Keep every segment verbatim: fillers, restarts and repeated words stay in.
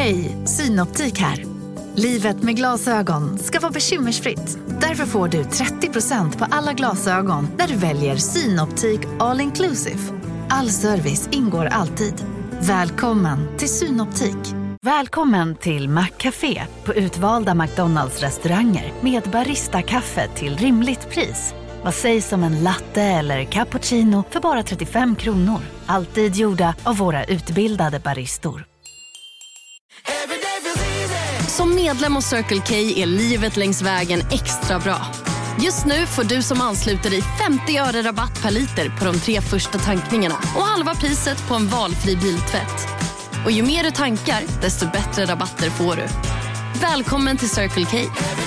Hej, Synoptik här. Livet med glasögon ska vara bekymmersfritt. Därför får du trettio procent på alla glasögon när du väljer Synoptik All Inclusive. All service ingår alltid. Välkommen till Synoptik. Välkommen till Maccafé på utvalda McDonalds restauranger med barista-kaffe till rimligt pris. Vad sägs om en latte eller cappuccino för bara trettiofem kronor? Alltid gjorda av våra utbildade baristor. Som medlem hos Circle K är livet längs vägen extra bra. Just nu får du som ansluter dig femtio öre rabatt per liter på de tre första tankningarna och halva priset på en valfri biltvätt. Och ju mer du tankar, desto bättre rabatter får du. Välkommen till Circle K.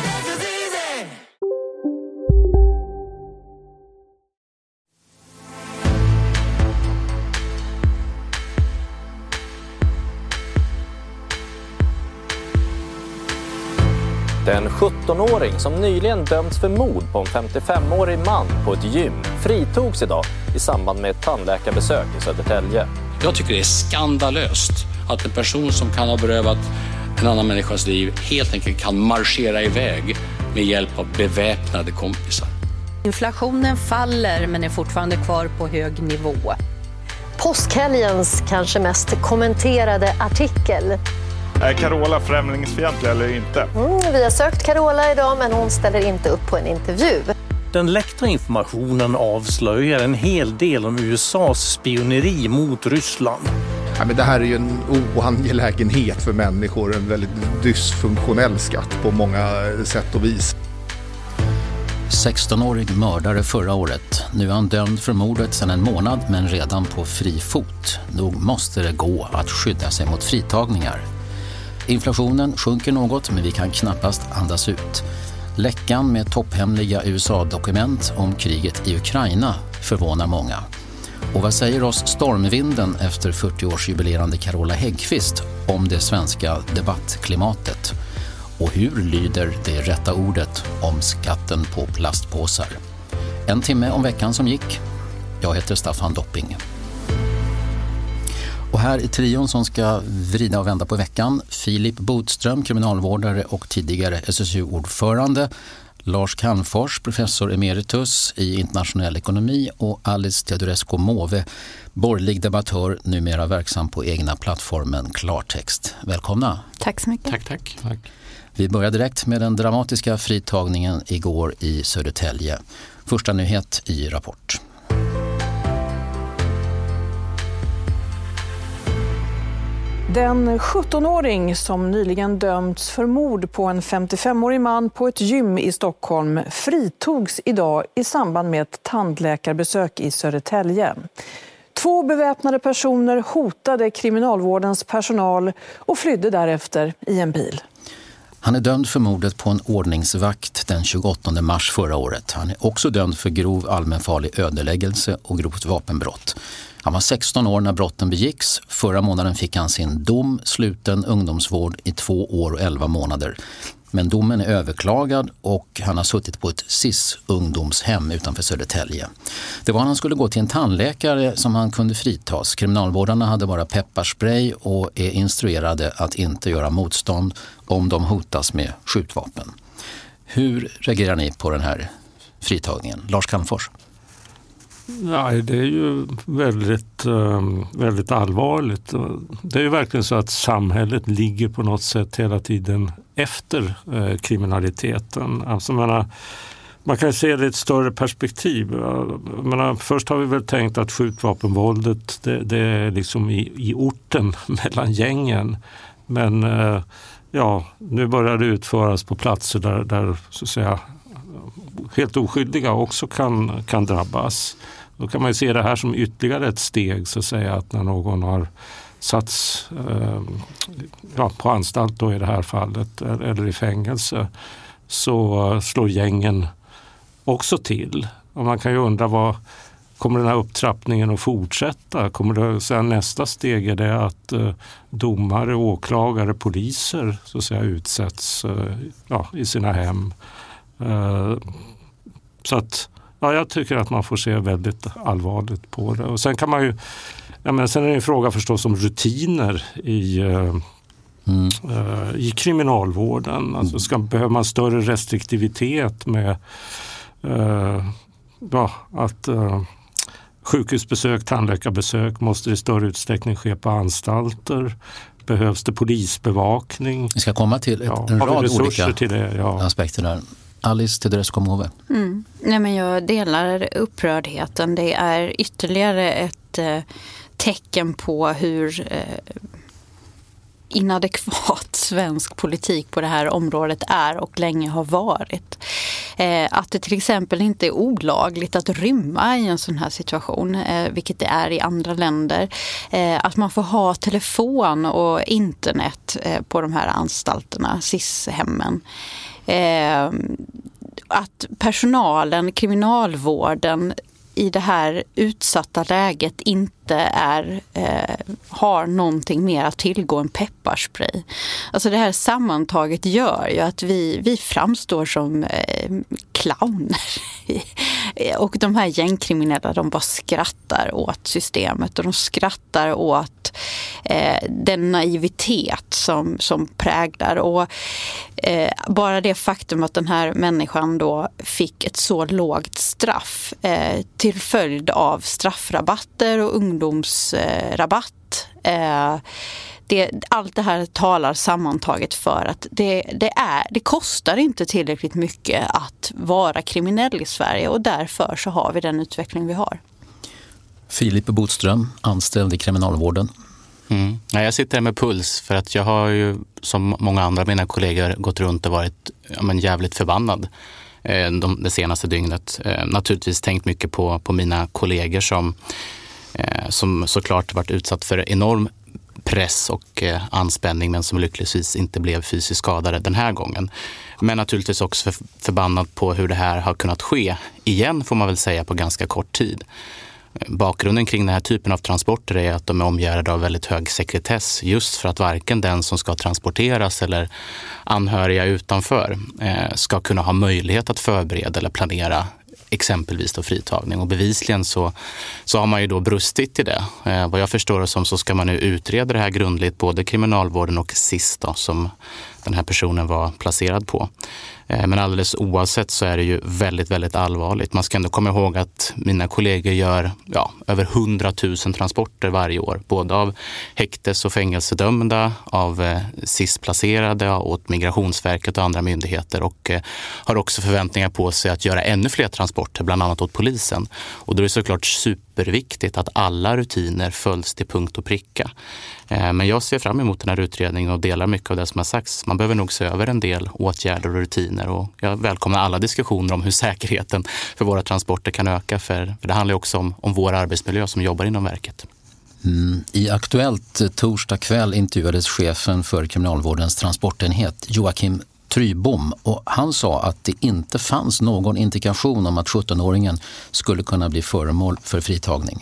En sjuttonåring som nyligen dömts för mord på en femtiofemårig man på ett gym fritogs idag i samband med ett tandläkarbesök i Södertälje. Jag tycker det är skandalöst att en person som kan ha berövat en annan människas liv helt enkelt kan marschera iväg med hjälp av beväpnade kompisar. Inflationen faller men är fortfarande kvar på hög nivå. Påskhelgens kanske mest kommenterade artikel. Är Carola främlingsfientlig eller inte? Mm, vi har sökt Carola idag men hon ställer inte upp på en intervju. Den läckta informationen avslöjar en hel del om U S A:s spioneri mot Ryssland. Ja, men det här är ju en oangelägenhet för människor, en väldigt dysfunktionell skatt på många sätt och vis. sextonårig mördare förra året. Nu är han dömd för mordet sedan en månad men redan på fri fot. Nog måste det gå att skydda sig mot fritagningar. Inflationen sjunker något men vi kan knappast andas ut. Läckan med topphemliga U S A-dokument om kriget i Ukraina förvånar många. Och vad säger oss stormvinden efter fyrtio-årsjubilerande Carola Häggkvist om det svenska debattklimatet? Och hur lyder det rätta ordet om skatten på plastpåsar? En timme om veckan som gick. Jag heter Staffan Dopping. Och här i trion som ska vrida och vända på veckan, Filip Botström, kriminalvårdare och tidigare S S U-ordförande, Lars Calmfors, professor emeritus i internationell ekonomi och Alice Teodorescu-Måwe, borgerlig debattör, numera verksam på egna plattformen Klartext. Välkomna. Tack så mycket. Tack, tack. tack. Vi börjar direkt med den dramatiska fritagningen igår i Södertälje. Första nyhet i Rapport. Den sjuttonåring som nyligen dömts för mord på en femtiofemårig man på ett gym i Stockholm fritogs idag i samband med ett tandläkarbesök i Södertälje. Två beväpnade personer hotade kriminalvårdens personal och flydde därefter i en bil. Han är dömd för mordet på en ordningsvakt den tjugoåttonde mars förra året. Han är också dömd för grov allmänfarlig ödeläggelse och grovt vapenbrott. Han var sexton år när brotten begicks. Förra månaden fick han sin dom, sluten ungdomsvård i två år och elva månader. Men domen är överklagad och han har suttit på ett S I S-ungdomshem utanför Södertälje. Det var när han skulle gå till en tandläkare som han kunde fritas. Kriminalvårdarna hade bara pepparspray och är instruerade att inte göra motstånd om de hotas med skjutvapen. Hur reagerar ni på den här fritagningen? Lars Calmfors. Nej, det är ju väldigt, väldigt allvarligt. Det är ju verkligen så att samhället ligger på något sätt hela tiden efter kriminaliteten. Alltså man, man kan se det i ett större perspektiv. Man, först har vi väl tänkt att skjutvapenvåldet det, det är liksom i, i orten mellan gängen. Men ja, nu börjar det utföras på platser där, där så att säga, helt oskyldiga också kan, kan drabbas. Då kan man ju se det här som ytterligare ett steg så att säga, att när någon har satts eh, ja, på anstalt då i det här fallet eller i fängelse så slår gängen också till. Och man kan ju undra vad kommer den här upptrappningen att fortsätta? Kommer det sen nästa steg är det att eh, domare, åklagare, poliser så att säga utsätts eh, ja, i sina hem. Eh, så att ja, jag tycker att man får se väldigt allvarligt på det. Och sen kan man ju, ja men sen är det en fråga förstås om rutiner i, Mm. I kriminalvården. Alltså ska, behöver man större restriktivitet med uh, ja, att uh, sjukhusbesök, tandläkarbesök måste i större utsträckning ske på anstalter. Behövs det polisbevakning? Vi ska komma till ett, ja, en rad olika till det, ja. aspekter där. Alice Teodorescu-Komove. Mm. Nej, men jag delar upprördheten. Det är ytterligare ett eh, tecken på hur eh, inadekvat svensk politik på det här området är och länge har varit. Eh, att det till exempel inte är olagligt att rymma i en sån här situation, eh, vilket det är i andra länder. Eh, att man får ha telefon och internet eh, på de här anstalterna, S I S-hemmen. Eh, att personalen, kriminalvården i det här utsatta läget inte är, eh, har någonting mer att tillgå än pepparspray. Alltså det här sammantaget gör ju att vi, vi framstår som eh, clowner. Och de här gängkriminella, de bara skrattar åt systemet och de skrattar åt eh, den naivitet som, som präglar. Och eh, bara det faktum att den här människan då fick ett så lågt straff eh, till följd av straffrabatter och ungdomsrabatt. Eh, det, allt det här talar sammantaget för att det, det, är, det kostar inte tillräckligt mycket att vara kriminell i Sverige och därför så har vi den utveckling vi har. Filip Botström, anställd i kriminalvården. Mm. Ja, jag sitter här med puls för att jag har ju som många andra av mina kollegor gått runt och varit ja, men jävligt förbannad eh, de, det senaste dygnet. Eh, naturligtvis tänkt mycket på, på mina kollegor som, eh, som såklart varit utsatt för enorm press och eh, anspänning men som lyckligtvis inte blev fysiskt skadade den här gången. Men naturligtvis också för, förbannad på hur det här har kunnat ske igen får man väl säga på ganska kort tid. Bakgrunden kring den här typen av transporter är att de är omgärdade av väldigt hög sekretess just för att varken den som ska transporteras eller anhöriga utanför eh, ska kunna ha möjlighet att förbereda eller planera exempelvis då fritagning. Och bevisligen så, så har man ju då brustit i det. Eh, vad jag förstår som så ska man nu utreda det här grundligt, både kriminalvården och S I S då, som den här personen var placerad på. Eh, men alldeles oavsett så är det ju väldigt, väldigt allvarligt. Man ska ändå komma ihåg att mina kollegor gör ja, över hundratusen transporter varje år. Både av häktes- och fängelsedömda, av eh, S I S-placerade, åt Migrationsverket och andra myndigheter. Och eh, har också förväntningar på sig att göra ännu fler transporter, bland annat åt polisen. Och då är det såklart superviktigt att alla rutiner följs till punkt och pricka. Eh, men jag ser fram emot den här utredningen och delar mycket av det som har sagts. Man behöver nog se över en del åtgärder och rutiner. Och jag välkomnar alla diskussioner om hur säkerheten för våra transporter kan öka. För, för det handlar också om, om vår arbetsmiljö som jobbar inom verket. Mm. I Aktuellt torsdag kväll intervjuades chefen för kriminalvårdens transportenhet Joakim Trybom och han sa att det inte fanns någon indikation om att sjuttonåringen skulle kunna bli föremål för fritagning.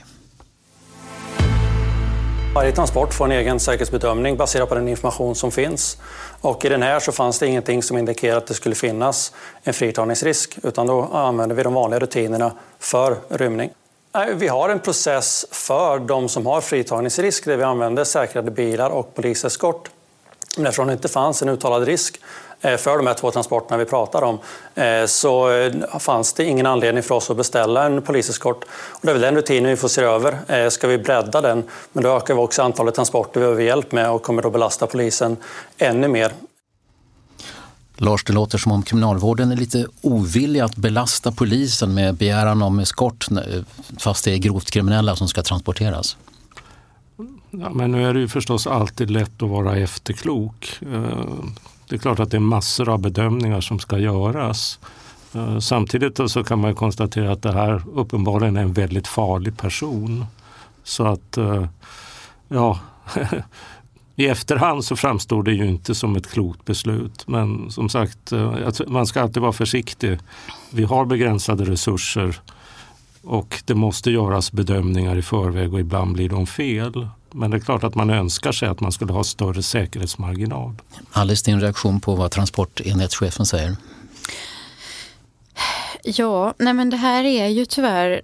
Varje transport får en egen säkerhetsbedömning baserat på den information som finns. Och i den här så fanns det ingenting som indikerar att det skulle finnas en fritagningsrisk, utan då använder vi de vanliga rutinerna för rymning. Vi har en process för de som har fritagningsrisk där vi använder säkrade bilar och poliseskort. Men eftersom det inte fanns en uttalad risk för de här två transporterna vi pratar om så fanns det ingen anledning för oss att beställa en poliseskort. Och det är väl den rutinen vi får se över. Ska vi bredda den? Men då ökar vi också antalet transporter vi behöver hjälp med och kommer då belasta polisen ännu mer. Lars, det låter som om kriminalvården är lite ovillig att belasta polisen med begäran om eskort fast det är grovt kriminella som ska transporteras. Ja, men nu är det ju förstås alltid lätt att vara efterklok. Det är klart att det är massor av bedömningar som ska göras. Samtidigt så kan man konstatera att det här uppenbarligen är en väldigt farlig person. Så att, ja, i efterhand så framstår det ju inte som ett klokt beslut. Men som sagt, man ska alltid vara försiktig. Vi har begränsade resurser och det måste göras bedömningar i förväg och ibland blir de fel. Men det är klart att man önskar sig att man skulle ha större säkerhetsmarginal. Alice, din reaktion på vad transportenhetschefen säger? Ja, nej men det här är ju tyvärr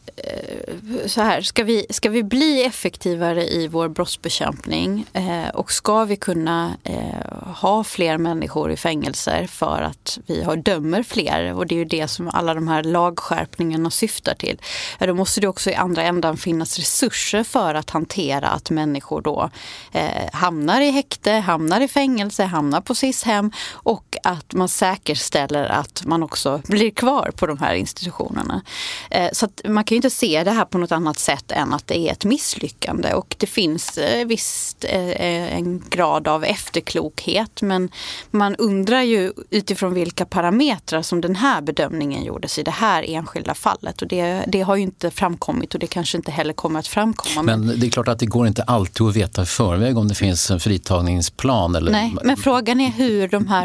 så här, ska vi, ska vi bli effektivare i vår brottsbekämpning eh, och ska vi kunna eh, ha fler människor i fängelser för att vi har dömer fler, och det är ju det som alla de här lagskärpningarna syftar till, ja, då måste det också i andra ändan finnas resurser för att hantera att människor då eh, hamnar i häkte, hamnar i fängelse, hamnar på S I S-hem, och att man säkerställer att man också blir kvar på de här institutionerna. Eh, så att man kan ju inte se det här på något annat sätt än att det är ett misslyckande, och det finns eh, visst eh, en grad av efterklokhet, men man undrar ju utifrån vilka parametrar som den här bedömningen gjordes i det här enskilda fallet, och det, det har ju inte framkommit, och det kanske inte heller kommer att framkomma. Men, men det är klart att det går inte alltid att veta i förväg om det finns en fritagningsplan. Eller... Nej, men frågan är hur de här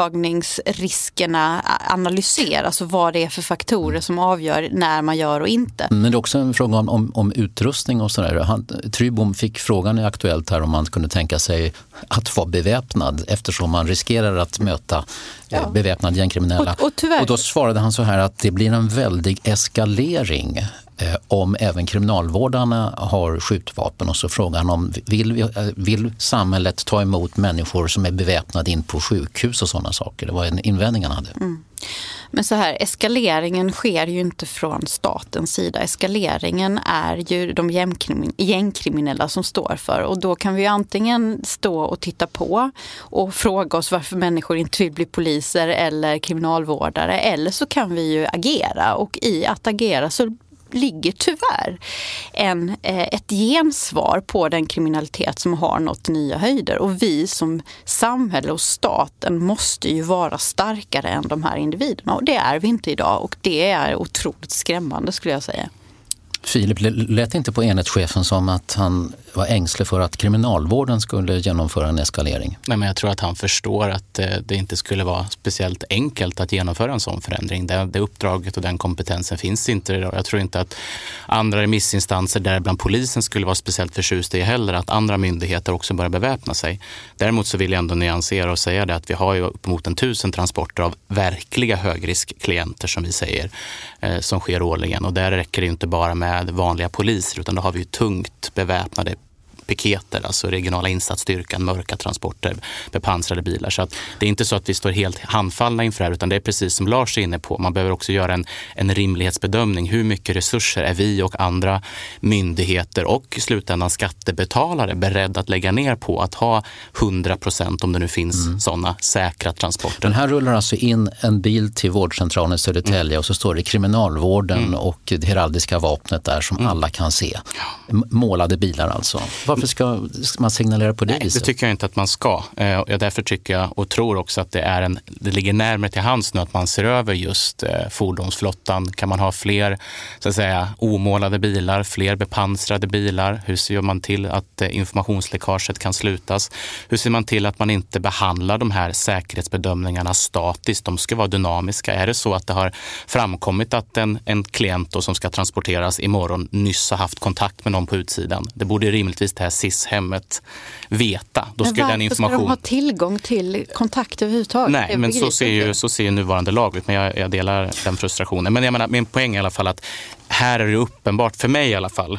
fritagningsriskerna analyseras och vad det är för faktorer som avgör när man gör och inte. Men det är också en fråga om, om, om utrustning och sådär. Trybom fick frågan i Aktuellt här om man kunde tänka sig att vara beväpnad eftersom man riskerar att möta ja. beväpnad gängkriminella. Och, och, tyvärr... och då svarade han så här att det blir en väldig eskalering eh, om även kriminalvårdarna har skjutvapen, och så frågan om vill, vi, vill samhället ta emot människor som är beväpnade in på sjukhus och sådana saker. Det var en invändning han hade. Mm. Men så här, eskaleringen sker ju inte från statens sida. Eskaleringen är ju de gängkriminella som står för. Och då kan vi ju antingen stå och titta på och fråga oss varför människor inte vill bli poliser eller kriminalvårdare. Eller så kan vi ju agera, och i att agera så ligger tyvärr en, eh, ett gensvar på den kriminalitet som har nått nya höjder. Och vi som samhälle och staten måste ju vara starkare än de här individerna. Och det är vi inte idag, och det är otroligt skrämmande skulle jag säga. Filip, lät inte på enhetschefen som att han var ängslig för att kriminalvården skulle genomföra en eskalering? Nej, men jag tror att han förstår att det inte skulle vara speciellt enkelt att genomföra en sån förändring. Det, det uppdraget och den kompetensen finns inte idag. Jag tror inte att andra remissinstanser, däribland polisen, skulle vara speciellt förtjusta i heller att andra myndigheter också börjar beväpna sig. Däremot så vill jag ändå nyansera och säga det att vi har ju uppemot en tusen transporter av verkliga högriskklienter som vi säger, eh, som sker årligen. Och där räcker det inte bara med vanliga poliser, utan då har vi ju tungt beväpnade piketer, alltså regionala insatsstyrkan, mörka transporter, bepansrade bilar. Så att det är inte så att vi står helt handfallna inför det här, utan det är precis som Lars är inne på. Man behöver också göra en, en rimlighetsbedömning. Hur mycket resurser är vi och andra myndigheter och i slutändan skattebetalare beredda att lägga ner på att ha hundra procent, om det nu finns mm. sådana säkra transporter. Den här rullar alltså in en bil till vårdcentralen i Södertälje mm. och så står det kriminalvården mm. och det heraldiska vapnet där som mm. alla kan se. Målade bilar alltså. Varför ska man signalera på det Nej, viset? Det tycker jag inte att man ska. Jag därför tycker jag och tror också att det, är en, det ligger närmare till hands nu att man ser över just eh, fordonsflottan. Kan man ha fler så att säga, omålade bilar, fler bepansrade bilar? Hur ser man till att eh, informationsläckaget kan slutas? Hur ser man till att man inte behandlar de här säkerhetsbedömningarna statiskt? De ska vara dynamiska. Är det så att det har framkommit att en, en klient då, som ska transporteras imorgon nyss har haft kontakt med någon på utsidan? Det borde rimligtvis det här S I S-hemmet veta. Då ska den information... ska de ha tillgång till kontakt överhuvudtaget? Nej, men så ser, ju, så ser ju nuvarande lag ut. Men jag, jag delar den frustrationen. Men jag menar, min poäng är i alla fall att här är det uppenbart, för mig i alla fall,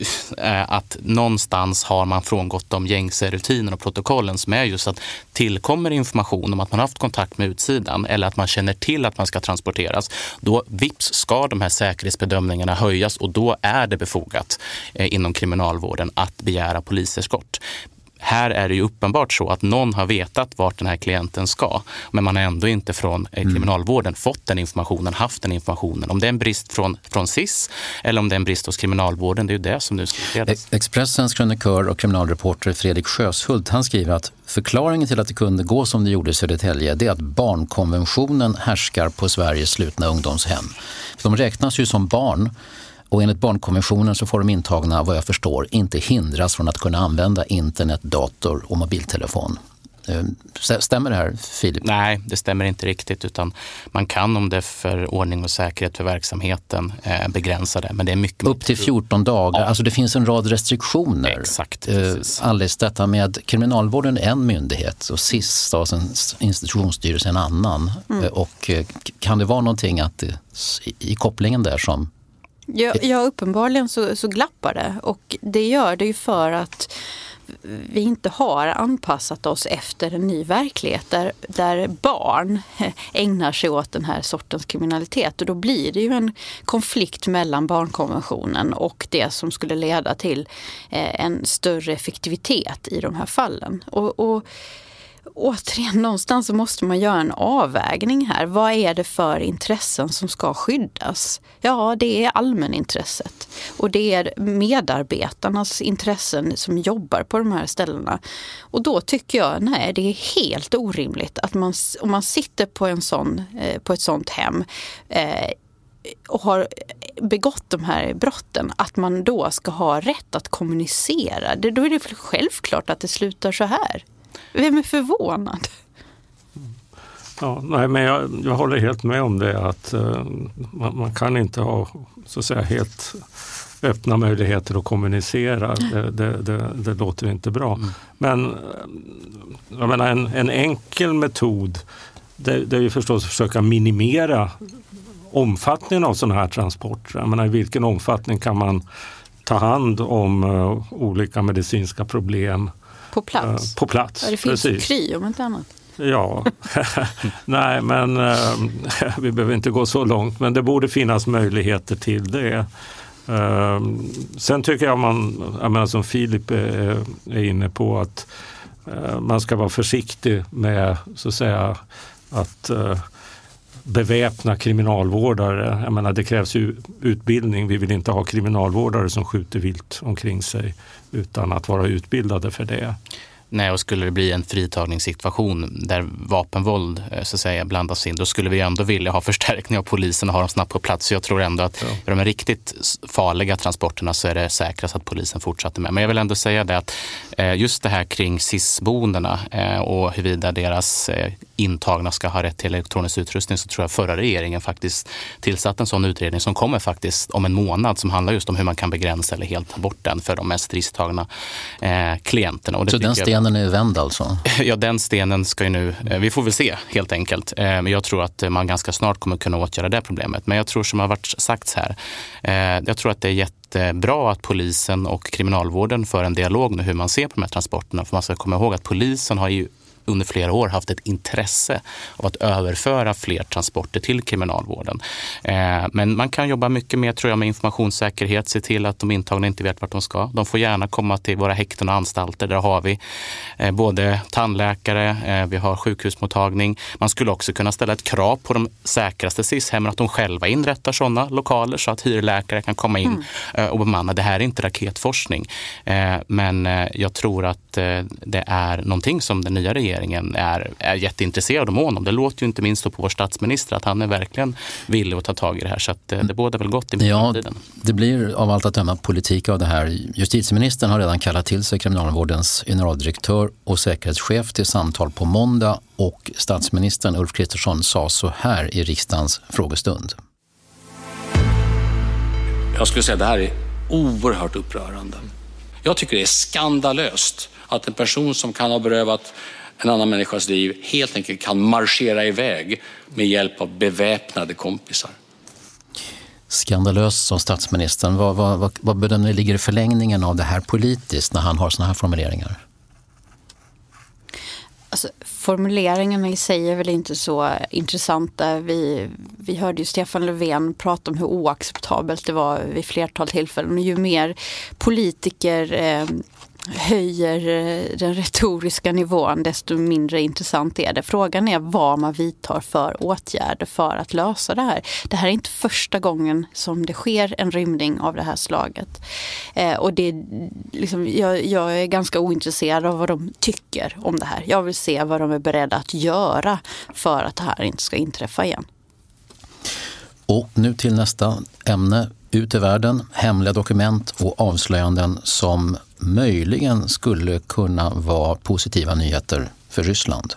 att någonstans har man frångått de gängse rutiner och protokollen som är just att tillkommer information om att man har haft kontakt med utsidan eller att man känner till att man ska transporteras, då vips ska de här säkerhetsbedömningarna höjas och då är det befogat eh, inom kriminalvården att begära poliseskort. Här är det ju uppenbart så att någon har vetat vart den här klienten ska, men man har ändå inte från eh, kriminalvården fått den informationen, haft den informationen. Om det är en brist från, från S I S eller om det är en brist hos kriminalvården, det är ju det som nu ska utredas. Expressens krönikör och kriminalreporter Fredrik Sjöshult, han skriver att förklaringen till att det kunde gå som det gjorde i Södertälje, det är att barnkonventionen härskar på Sveriges slutna ungdomshem. De räknas ju som barn. Och enligt barnkonventionen så får de intagna, vad jag förstår, inte hindras från att kunna använda internet, dator och mobiltelefon. Stämmer det här, Filip? Nej, det stämmer inte riktigt, utan man kan, om det är för ordning och säkerhet för verksamheten, eh, begränsa det. Men det är mycket... Upp till fjorton dagar, ja. Alltså det finns en rad restriktioner. Exakt. Eh, alldeles detta med kriminalvården är en myndighet och S I S, Statens institutionsstyrelse, en annan. Mm. Eh, och eh, kan det vara någonting att, i, i kopplingen där som Ja, ja uppenbarligen så, så glappar det. Och det gör det ju för att vi inte har anpassat oss efter en ny verklighet där, där barn ägnar sig åt den här sortens kriminalitet. Och då blir det ju en konflikt mellan barnkonventionen och det som skulle leda till eh, en större effektivitet i de här fallen. Och, och återigen, någonstans så måste man göra en avvägning här. Vad är det för intressen som ska skyddas? Ja, det är allmänintresset. Och det är medarbetarnas intressen som jobbar på de här ställena. Och då tycker jag, nej, det är helt orimligt att man, om man sitter på, en sån, eh, på ett sånt hem eh, och har begått de här brotten, att man då ska ha rätt att kommunicera. Det, då är det självklart att det slutar så här. Vem är förvånad? Ja, nej, men jag, jag håller helt med om det att uh, man, man kan inte ha så att säga helt öppna möjligheter att kommunicera. Det, det, det, det låter inte bra. Mm. Men jag menar, en, en enkel metod det, det är ju förstås att försöka minimera omfattningen av sådana här transporter. Jag menar, i vilken omfattning kan man ta hand om uh, olika medicinska problem på plats? Uh, på plats, ja, det finns precis. Kry om inte annat. Ja, nej men uh, vi behöver inte gå så långt, men det borde finnas möjligheter till det. Uh, sen tycker jag man, jag menar, som Filip är, är inne på, att uh, man ska vara försiktig med så att säga att uh, beväpna kriminalvårdare. Jag menar, det krävs ju utbildning. Vi vill inte ha kriminalvårdare som skjuter vilt omkring sig utan att vara utbildade för det. Nej, och skulle det bli en fritagningssituation där vapenvåld så att säga blandas in, då skulle vi ändå vilja ha förstärkning av polisen och ha dem snabbt på plats. Så jag tror ändå att ja. de riktigt farliga transporterna så är det säkrast att polisen fortsätter med. Men jag vill ändå säga det att just det här kring S I S-boendena och huruvida deras intagna ska ha rätt till elektronisk utrustning, så tror jag förra regeringen faktiskt tillsatt en sån utredning som kommer faktiskt om en månad, som handlar just om hur man kan begränsa eller helt ta bort den för de mest risktagna eh, klienterna. Och det så den stenen är vänd alltså? Ja, den stenen ska ju nu, eh, vi får väl se helt enkelt. Eh, men jag tror att man ganska snart kommer kunna åtgärda det problemet. Men jag tror, som har varit sagt här, eh, jag tror att det är jättebra att polisen och kriminalvården för en dialog med hur man ser på de här transporterna. För man ska komma ihåg att polisen har ju under flera år haft ett intresse av att överföra fler transporter till kriminalvården. Eh, men man kan jobba mycket mer, tror jag, med informationssäkerhet, se till att de intagna inte vet vart de ska. De får gärna komma till våra häkten och anstalter. Där har vi eh, både tandläkare, eh, vi har sjukhusmottagning. Man skulle också kunna ställa ett krav på de säkraste S I S-hemmen att de själva inrättar sådana lokaler så att hyrläkare kan komma in mm. eh, och bemanna. Det här är inte raketforskning. Eh, men eh, jag tror att eh, det är någonting som den nya regeringen Är, är jätteintresserad och mån om. Det låter ju inte minst på vår statsminister att han är verkligen villig att ta tag i det här. Så att det, det båda väl gott i framtiden. Ja, det blir av allt att döma politik av det här. Justitieministern har redan kallat till sig kriminalvårdens generaldirektör och säkerhetschef till samtal på måndag, och statsministern Ulf Kristersson sa så här i riksdagens frågestund. Jag skulle säga att det här är oerhört upprörande. Jag tycker det är skandalöst att en person som kan ha berövat en annan människas liv helt enkelt kan marschera iväg med hjälp av beväpnade kompisar. Skandalöst, som statsministern. Vad, vad, vad, vad bedömer ni ligger i förlängningen av det här politiskt när han har såna här formuleringar? Alltså, formuleringarna i sig är väl inte så intressanta. Vi, vi hörde ju Stefan Löfven prata om hur oacceptabelt det var vid flertal tillfällen. Och ju mer politiker eh, höjer den retoriska nivån, desto mindre intressant är det. Frågan är vad man vidtar för åtgärder för att lösa det här. Det här är inte första gången som det sker en rymning av det här slaget. Eh, och det är liksom, jag, jag är ganska ointresserad av vad de tycker om det här. Jag vill se vad de är beredda att göra för att det här inte ska inträffa igen. Och nu till nästa ämne. Ut i världen, hemliga dokument och avslöjanden som möjligen skulle kunna vara positiva nyheter för Ryssland.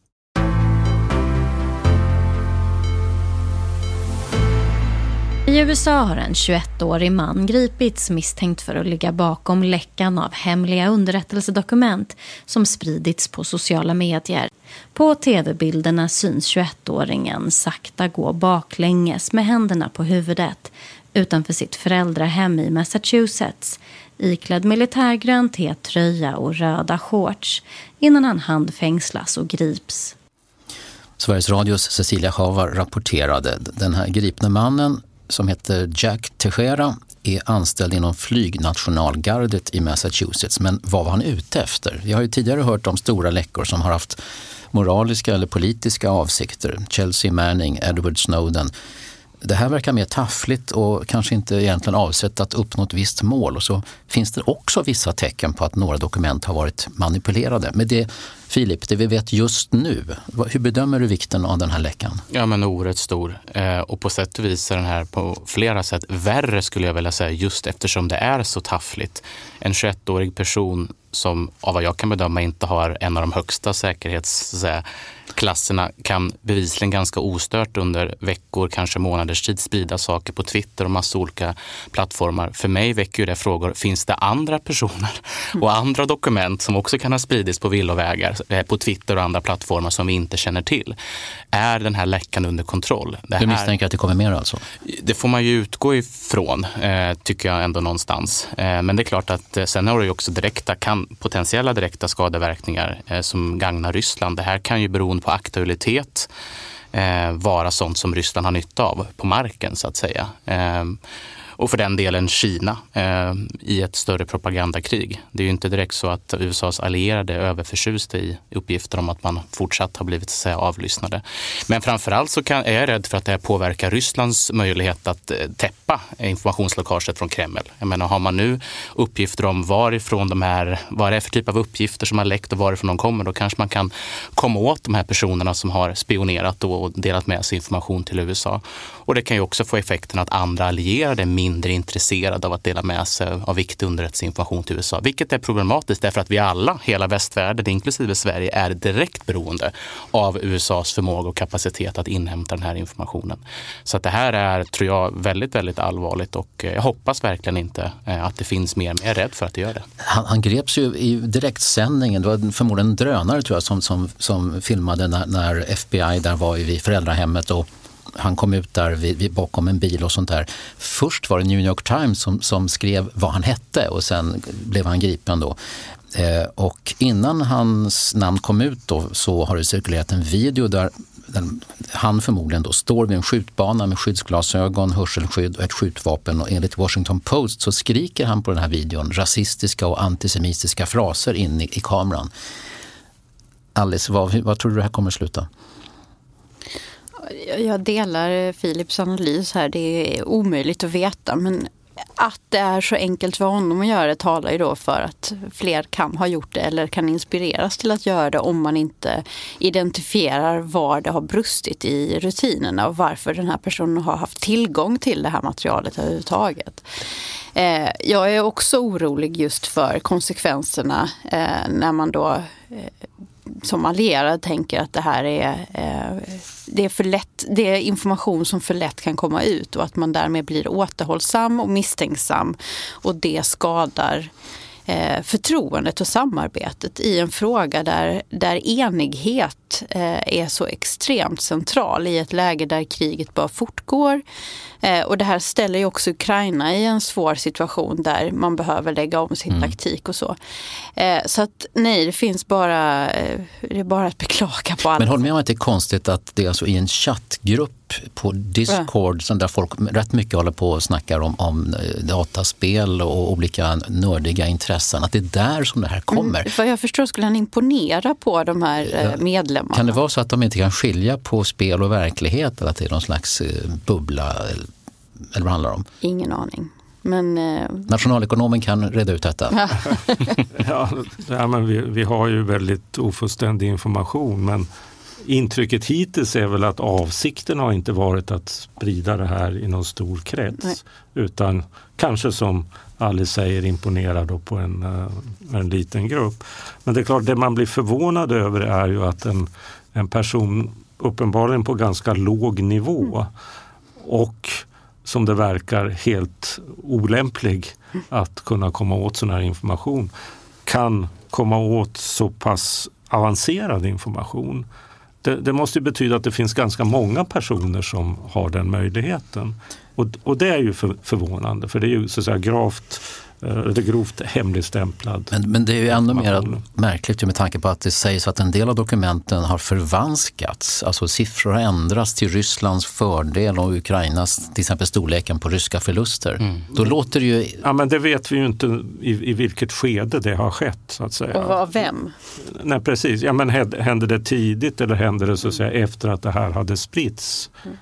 I U S A har en tjugoettårig man gripits misstänkt för att ligga bakom läckan av hemliga underrättelsedokument som spridits på sociala medier. På tv-bilderna syns tjugoettåringen sakta gå baklänges med händerna på huvudet, utanför sitt föräldrahem i Massachusetts, iklädd militärgrön T-tröja och röda shorts, innan han handfängslas och grips. Sveriges Radios Cecilia Havar rapporterade. Den här gripne mannen, som heter Jack Teixeira, är anställd inom flygnationalgardet i Massachusetts. Men vad var han ute efter? Jag har ju tidigare hört om stora läckor som har haft moraliska eller politiska avsikter. Chelsea Manning, Edward Snowden. Det här verkar mer taffligt och kanske inte egentligen avsett att uppnå ett visst mål. Och så finns det också vissa tecken på att några dokument har varit manipulerade. Men det, Filip, det vi vet just nu, hur bedömer du vikten av den här läckan? Ja, men oerhört stor. Eh, och på sätt och vis är den här på flera sätt värre, skulle jag vilja säga, just eftersom det är så taffligt. En tjugoettårig person som av vad jag kan bedöma inte har en av de högsta säkerhetsklasserna kan bevisligen ganska ostört under veckor, kanske månaders tid sprida saker på Twitter och massa olika plattformar. För mig väcker ju det frågor, finns det andra personer och andra dokument som också kan ha spridits på villovägar på Twitter och andra plattformar som vi inte känner till? Är den här läckan under kontroll? Det du misstänker att det kommer mer alltså? Det får man ju utgå ifrån, eh, tycker jag ändå någonstans. Eh, men det är klart att eh, sen har det ju också direkta, kan, potentiella direkta skadeverkningar eh, som gagnar Ryssland. Det här kan ju beroende på aktualitet eh, vara sånt som Ryssland har nytta av på marken, så att säga. Eh, och för den delen Kina eh, i ett större propagandakrig. Det är ju inte direkt så att U S As allierade är överförtjusta i uppgifter om att man fortsatt har blivit så att säga avlyssnade. Men framförallt så kan, är jag rädd för att det här påverkar Rysslands möjlighet att eh, täppa informationsläckaget från Kreml. Jag menar, har man nu uppgifter om varifrån de här, vad det är för typ av uppgifter som har läckt och varifrån de kommer, då kanske man kan komma åt de här personerna som har spionerat och delat med sig information till U S A. Och det kan ju också få effekten att andra allierade är mindre intresserade av att dela med sig av viktig underrättelseinformation till U S A. Vilket är problematiskt därför att vi alla, hela västvärlden, inklusive Sverige, är direkt beroende av U S As förmåga och kapacitet att inhämta den här informationen. Så att det här är, tror jag, väldigt, väldigt allvarligt och jag hoppas verkligen inte att det finns mer, men jag är rädd för att det gör det. Han, han greps ju i direktsändningen, det var förmodligen en drönare tror jag som, som, som filmade när, när F B I där var vid föräldrahemmet och han kom ut där vid, vid, bakom en bil och sånt där. Först var det New York Times som, som skrev vad han hette och sen blev han gripen då. Eh, och innan hans namn kom ut då så har det cirkulerat en video där den, han förmodligen då står vid en skjutbana med skyddsglasögon, hörselskydd och ett skjutvapen och enligt Washington Post så skriker han på den här videon rasistiska och antisemitiska fraser in i, i kameran. Alice, vad, vad tror du det här kommer sluta? Jag delar Philips analys här. Det är omöjligt att veta, men att det är så enkelt för honom att göra det talar ju då för att fler kan ha gjort det eller kan inspireras till att göra det om man inte identifierar var det har brustit i rutinerna och varför den här personen har haft tillgång till det här materialet överhuvudtaget. Eh, jag är också orolig just för konsekvenserna eh, när man då eh, som allierad tänker att det här är, eh, det är för lätt, det är information som för lätt kan komma ut och att man därmed blir återhållsam och misstänksam och det skadar eh, förtroendet och samarbetet i en fråga där, där enighet eh, är så extremt central i ett läge där kriget bara fortgår. Eh, och det här ställer ju också Ukraina i en svår situation där man behöver lägga om sin mm. taktik och så. Eh, så att nej, det finns bara, eh, det är bara att beklaga på allt. Men håll med om att det är konstigt att det är alltså i en chattgrupp på Discord ja. där folk rätt mycket håller på och snackar om, om dataspel och olika nördiga intressen, att det är där som det här kommer. Mm, för jag förstår skulle han imponera på de här ja. medlemmarna. Kan det vara så att de inte kan skilja på spel och verklighet eller att det är någon slags bubbla eller vad handlar det om? Ingen aning. Men, eh... nationalekonomen kan reda ut detta. ja, ja, men vi, vi har ju väldigt ofullständig information, men intrycket hittills är väl att avsikten har inte varit att sprida det här i någon stor krets. Nej. Utan kanske som Alice säger imponera då på en, en liten grupp. Men det är klart, det man blir förvånad över är ju att en, en person uppenbarligen på ganska låg nivå mm. och som det verkar helt olämplig att kunna komma åt sån här information kan komma åt så pass avancerad information Det, det måste ju betyda att det finns ganska många personer som har den möjligheten. Och, och det är ju för, förvånande, för det är ju så att säga gravt eller grovt hemligstämplad. Men, men det är ju ännu mer märkligt med tanke på att det sägs att en del av dokumenten har förvanskats. Alltså siffror har ändrats till Rysslands fördel och Ukrainas, till exempel storleken på ryska förluster. Mm. Då låter det ju... Ja, men det vet vi ju inte i, i vilket skede det har skett, så att säga. Och av vem? Nej, precis. Ja, men hände det tidigt eller hände det så att säga efter att det här hade spritts? Mm.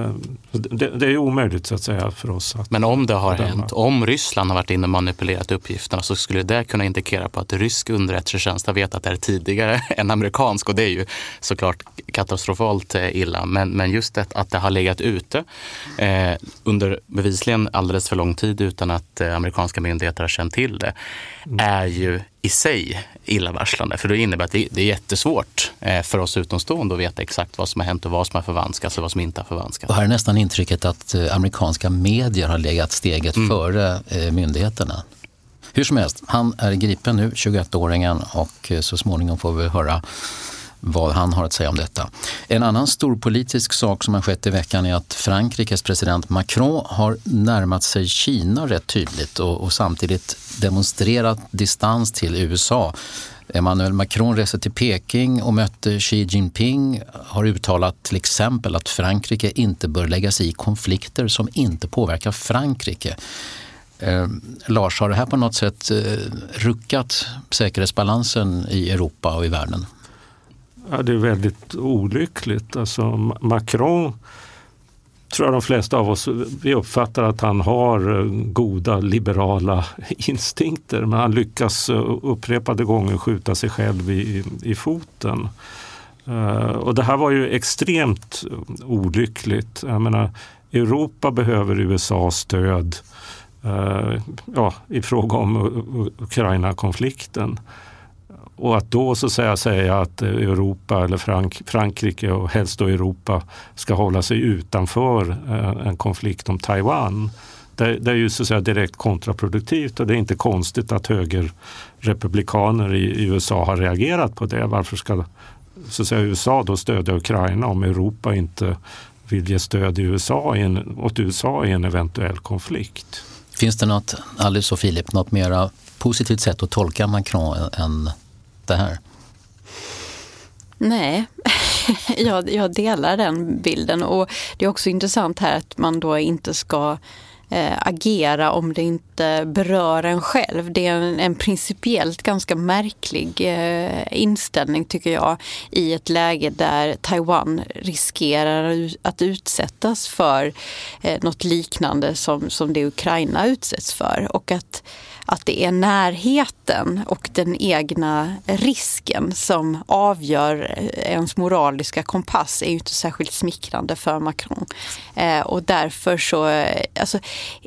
Det, det är omöjligt så att säga för oss. Att Men om det har bedöma. hänt, om Ryssland har varit inne och manipulerat uppgifterna, så skulle det kunna indikera på att rysk underrättelsetjänst har vetat det här tidigare än amerikansk, och det är ju såklart katastrofalt illa. Men, men just det, att det har legat ute eh, under bevisligen alldeles för lång tid utan att eh, amerikanska myndigheter har känt till det, mm. är ju i sig illavarslande, för det innebär att det är jättesvårt för oss utomstående att veta exakt vad som har hänt och vad som har förvanskats och vad som inte har förvanskats. Och här är nästan intrycket att amerikanska medier har legat steget mm. före myndigheterna. Hur som helst, han är gripen nu, tjugoett-åringen, och så småningom får vi höra vad han har att säga om detta. En annan stor politisk sak som har skett i veckan är att Frankrikes president Macron har närmat sig Kina rätt tydligt och, och samtidigt demonstrerat distans till U S A. Emmanuel Macron reser till Peking och mötte Xi Jinping, har uttalat till exempel att Frankrike inte bör lägga sig i konflikter som inte påverkar Frankrike. Eh, Lars, har det här på något sätt eh, ruckat säkerhetsbalansen i Europa och i världen? Ja, det är väldigt olyckligt. Alltså, Macron, tror jag de flesta av oss, vi uppfattar att han har goda liberala instinkter, men han lyckas upprepade gånger skjuta sig själv i, i foten. Uh, och det här var ju extremt olyckligt. Jag menar, Europa behöver U S A:s stöd uh, ja, i fråga om Ukraina-konflikten. Och att då så att säga, säga att Europa eller Frank- Frankrike och helst då Europa ska hålla sig utanför eh, en konflikt om Taiwan. Det, det är ju så att säga direkt kontraproduktivt, och det är inte konstigt att högerrepublikaner i, i U S A har reagerat på det. Varför ska så att säga, U S A då stödja Ukraina om Europa inte vill ge stöd i U S A i en, åt U S A i en eventuell konflikt? Finns det något, Alice och Filip, något mera positivt sätt att tolka Macron än det här? Nej, jag, jag delar den bilden, och det är också intressant här att man då inte ska eh, agera om det inte berör en själv. Det är en, en principiellt ganska märklig eh, inställning, tycker jag, i ett läge där Taiwan riskerar att utsättas för eh, något liknande som, som det Ukraina utsätts för, och att att det är närheten och den egna risken som avgör ens moraliska kompass är ju inte särskilt smickrande för Macron. Eh, och därför så, alltså,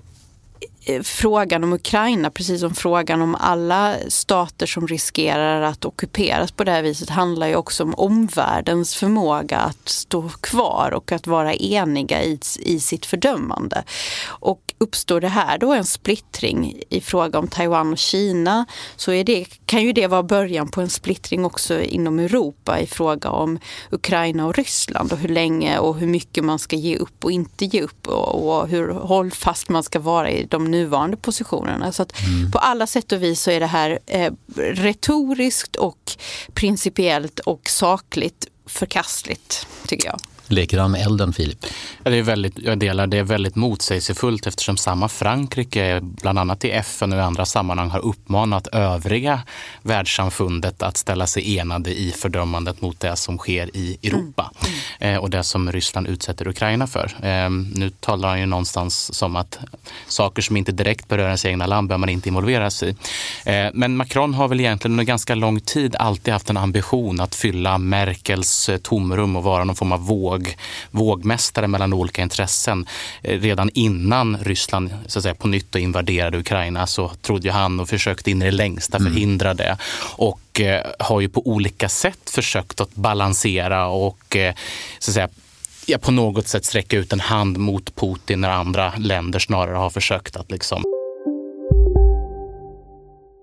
frågan om Ukraina, precis som frågan om alla stater som riskerar att ockuperas på det här viset, handlar ju också om omvärldens förmåga att stå kvar och att vara eniga i, i sitt fördömande. Och uppstår det här då en splittring i fråga om Taiwan och Kina, så är det, kan ju det vara början på en splittring också inom Europa i fråga om Ukraina och Ryssland, och hur länge och hur mycket man ska ge upp och inte ge upp, och, och hur hållfast man ska vara i de nuvarande positionerna. Så att mm. på alla sätt och vis så är det här eh, retoriskt och principiellt och sakligt förkastligt, tycker jag. Leker han med elden, Filip? Ja, det är väldigt, jag delar, det är väldigt motsägelsefullt, eftersom samma Frankrike bland annat i F N och i andra sammanhang har uppmanat övriga världssamfundet att ställa sig enade i fördömandet mot det som sker i Europa mm. eh, och det som Ryssland utsätter Ukraina för. Eh, nu talar han ju någonstans som att saker som inte direkt berör ens egna land bör man inte involvera sig i. Eh, men Macron har väl egentligen under ganska lång tid alltid haft en ambition att fylla Merkels tomrum och vara någon form av våg vågmästare mellan olika intressen. Redan innan Ryssland så att säga, på nytt och invaderade Ukraina, så trodde ju han och försökte in i det längsta förhindra det. Och eh, har ju på olika sätt försökt att balansera och eh, så att säga, ja, på något sätt sträcka ut en hand mot Putin när andra länder snarare har försökt att liksom...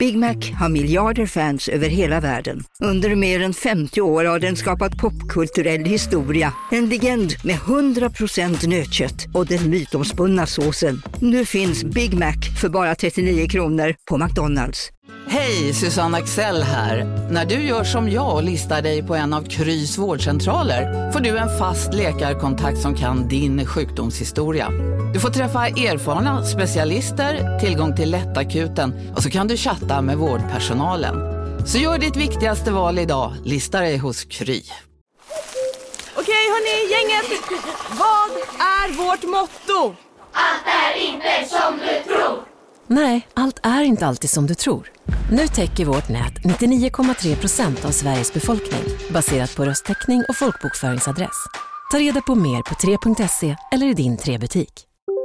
Big Mac har miljarder fans över hela världen. Under mer än femtio år har den skapat popkulturell historia. En legend med hundra procent nötkött och den mytomspunna såsen. Nu finns Big Mac för bara trettionio kronor på McDonalds. Hej, Susanne Axel här. När du gör som jag och listar dig på en av Krys vårdcentraler får du en fast läkarkontakt som kan din sjukdomshistoria. Du får träffa erfarna specialister, tillgång till lättakuten och så kan du chatta med vårdpersonalen. Så gör ditt viktigaste val idag, lista dig hos Kry. Okej hörni, gänget. Vad är vårt motto? Allt är inte som du tror. Nej, allt är inte alltid som du tror. Nu täcker vårt nät nittionio komma tre procent av Sveriges befolkning baserat på röstteckning och folkbokföringsadress. Ta reda på mer på tre punkt se eller i din tre-butik.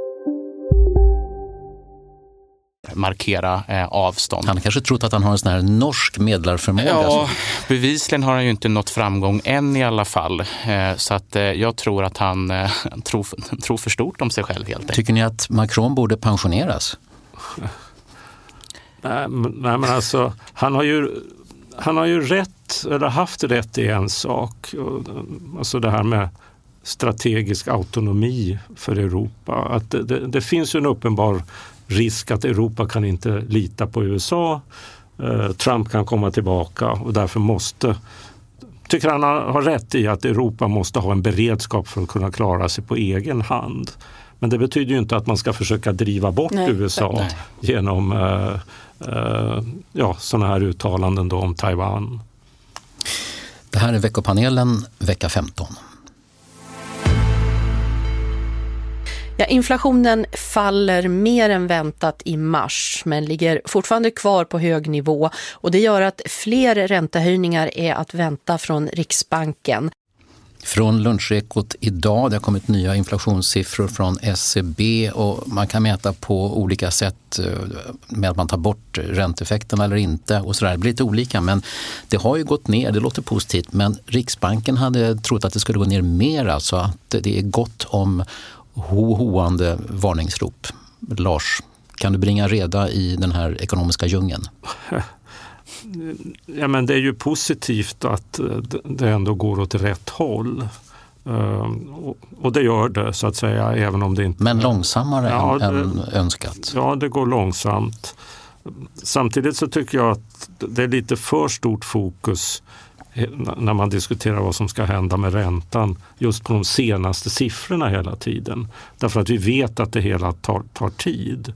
Markera eh, avstånd. Han kanske trott att han har en sån här norsk medlarförmåga. Ja, bevisligen har han ju inte nått framgång än i alla fall. Eh, så att eh, jag tror att han eh, tror, tror för stort om sig själv helt enkelt. Tycker ni att Macron borde pensioneras? Nej, nej men alltså han har ju han har ju rätt eller haft rätt i en sak, alltså det här med strategisk autonomi för Europa, att det, det, det finns ju en uppenbar risk att Europa kan inte lita på U S A. eh, Trump kan komma tillbaka och därför måste, tycker han har rätt i att Europa måste ha en beredskap för att kunna klara sig på egen hand. Men det betyder ju inte att man ska försöka driva bort nej, U S A nej. genom eh, eh, ja, sådana här uttalanden då om Taiwan. Det här är veckopanelen vecka femton. Ja, inflationen faller mer än väntat i mars men ligger fortfarande kvar på hög nivå och det gör att fler räntehöjningar är att vänta från Riksbanken. Från Lunchekot idag, det har kommit nya inflationssiffror från S E B och man kan mäta på olika sätt med att man tar bort ränteeffekten eller inte och sådär. Det blir lite olika men det har ju gått ner, det låter positivt, men Riksbanken hade trott att det skulle gå ner mer, alltså att det är gott om ho-hoande varningsrop. Lars, kan du bringa reda i den här ekonomiska djungeln? Ja, men det är ju positivt att det ändå går åt rätt håll. Och det gör det så att säga, även om det inte... Men långsammare ja, än det, önskat? Ja, det går långsamt. Samtidigt så tycker jag att det är lite för stort fokus när man diskuterar vad som ska hända med räntan just på de senaste siffrorna hela tiden. Därför att vi vet att det hela tar, tar tid.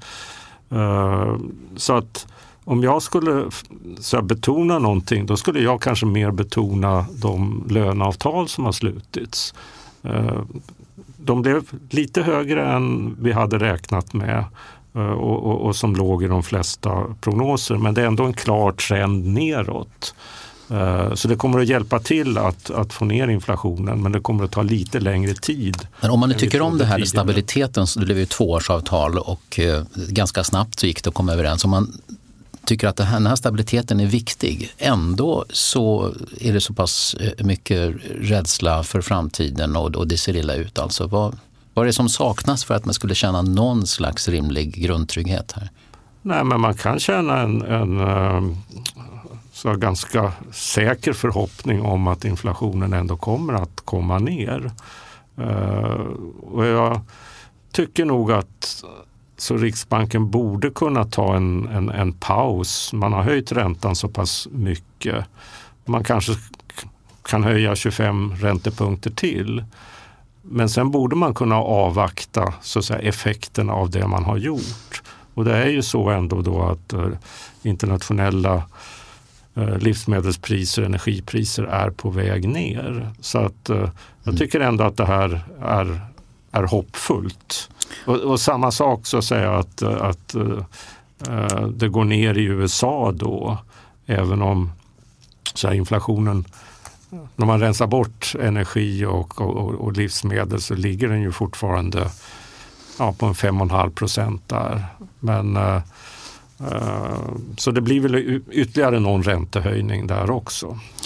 Så att om jag skulle så här, betona någonting, då skulle jag kanske mer betona de löneavtal som har slutits. De blev lite högre än vi hade räknat med och, och, och som låg i de flesta prognoser. Men det är ändå en klar trend neråt. Så det kommer att hjälpa till att, att få ner inflationen, men det kommer att ta lite längre tid. Men om man nu tycker om det här stabiliteten, så det blev ju tvåårsavtal och eh, ganska snabbt så gick det att komma överens. Om man tycker att det här, den här stabiliteten är viktig, ändå så är det så pass mycket rädsla för framtiden och, och det ser illa ut. Alltså, vad, vad är det som saknas för att man skulle känna någon slags rimlig grundtrygghet här? Nej, men man kan känna en... en uh... så ganska säker förhoppning om att inflationen ändå kommer att komma ner. Uh, och jag tycker nog att så Riksbanken borde kunna ta en, en, en paus. Man har höjt räntan så pass mycket. Man kanske kan höja tjugofem räntepunkter till. Men sen borde man kunna avvakta så att säga, effekten av det man har gjort. Och det är ju så ändå då att uh, internationella livsmedelspriser, energipriser är på väg ner. Så att uh, jag tycker ändå att det här är, är hoppfullt. Och, och samma sak så att säga att, att uh, det går ner i U S A då, även om så här, inflationen, när man rensar bort energi och, och, och livsmedel så ligger den ju fortfarande ja, på en fem komma fem procent där. Men uh, Så det blir väl ytterligare någon räntehöjning där också.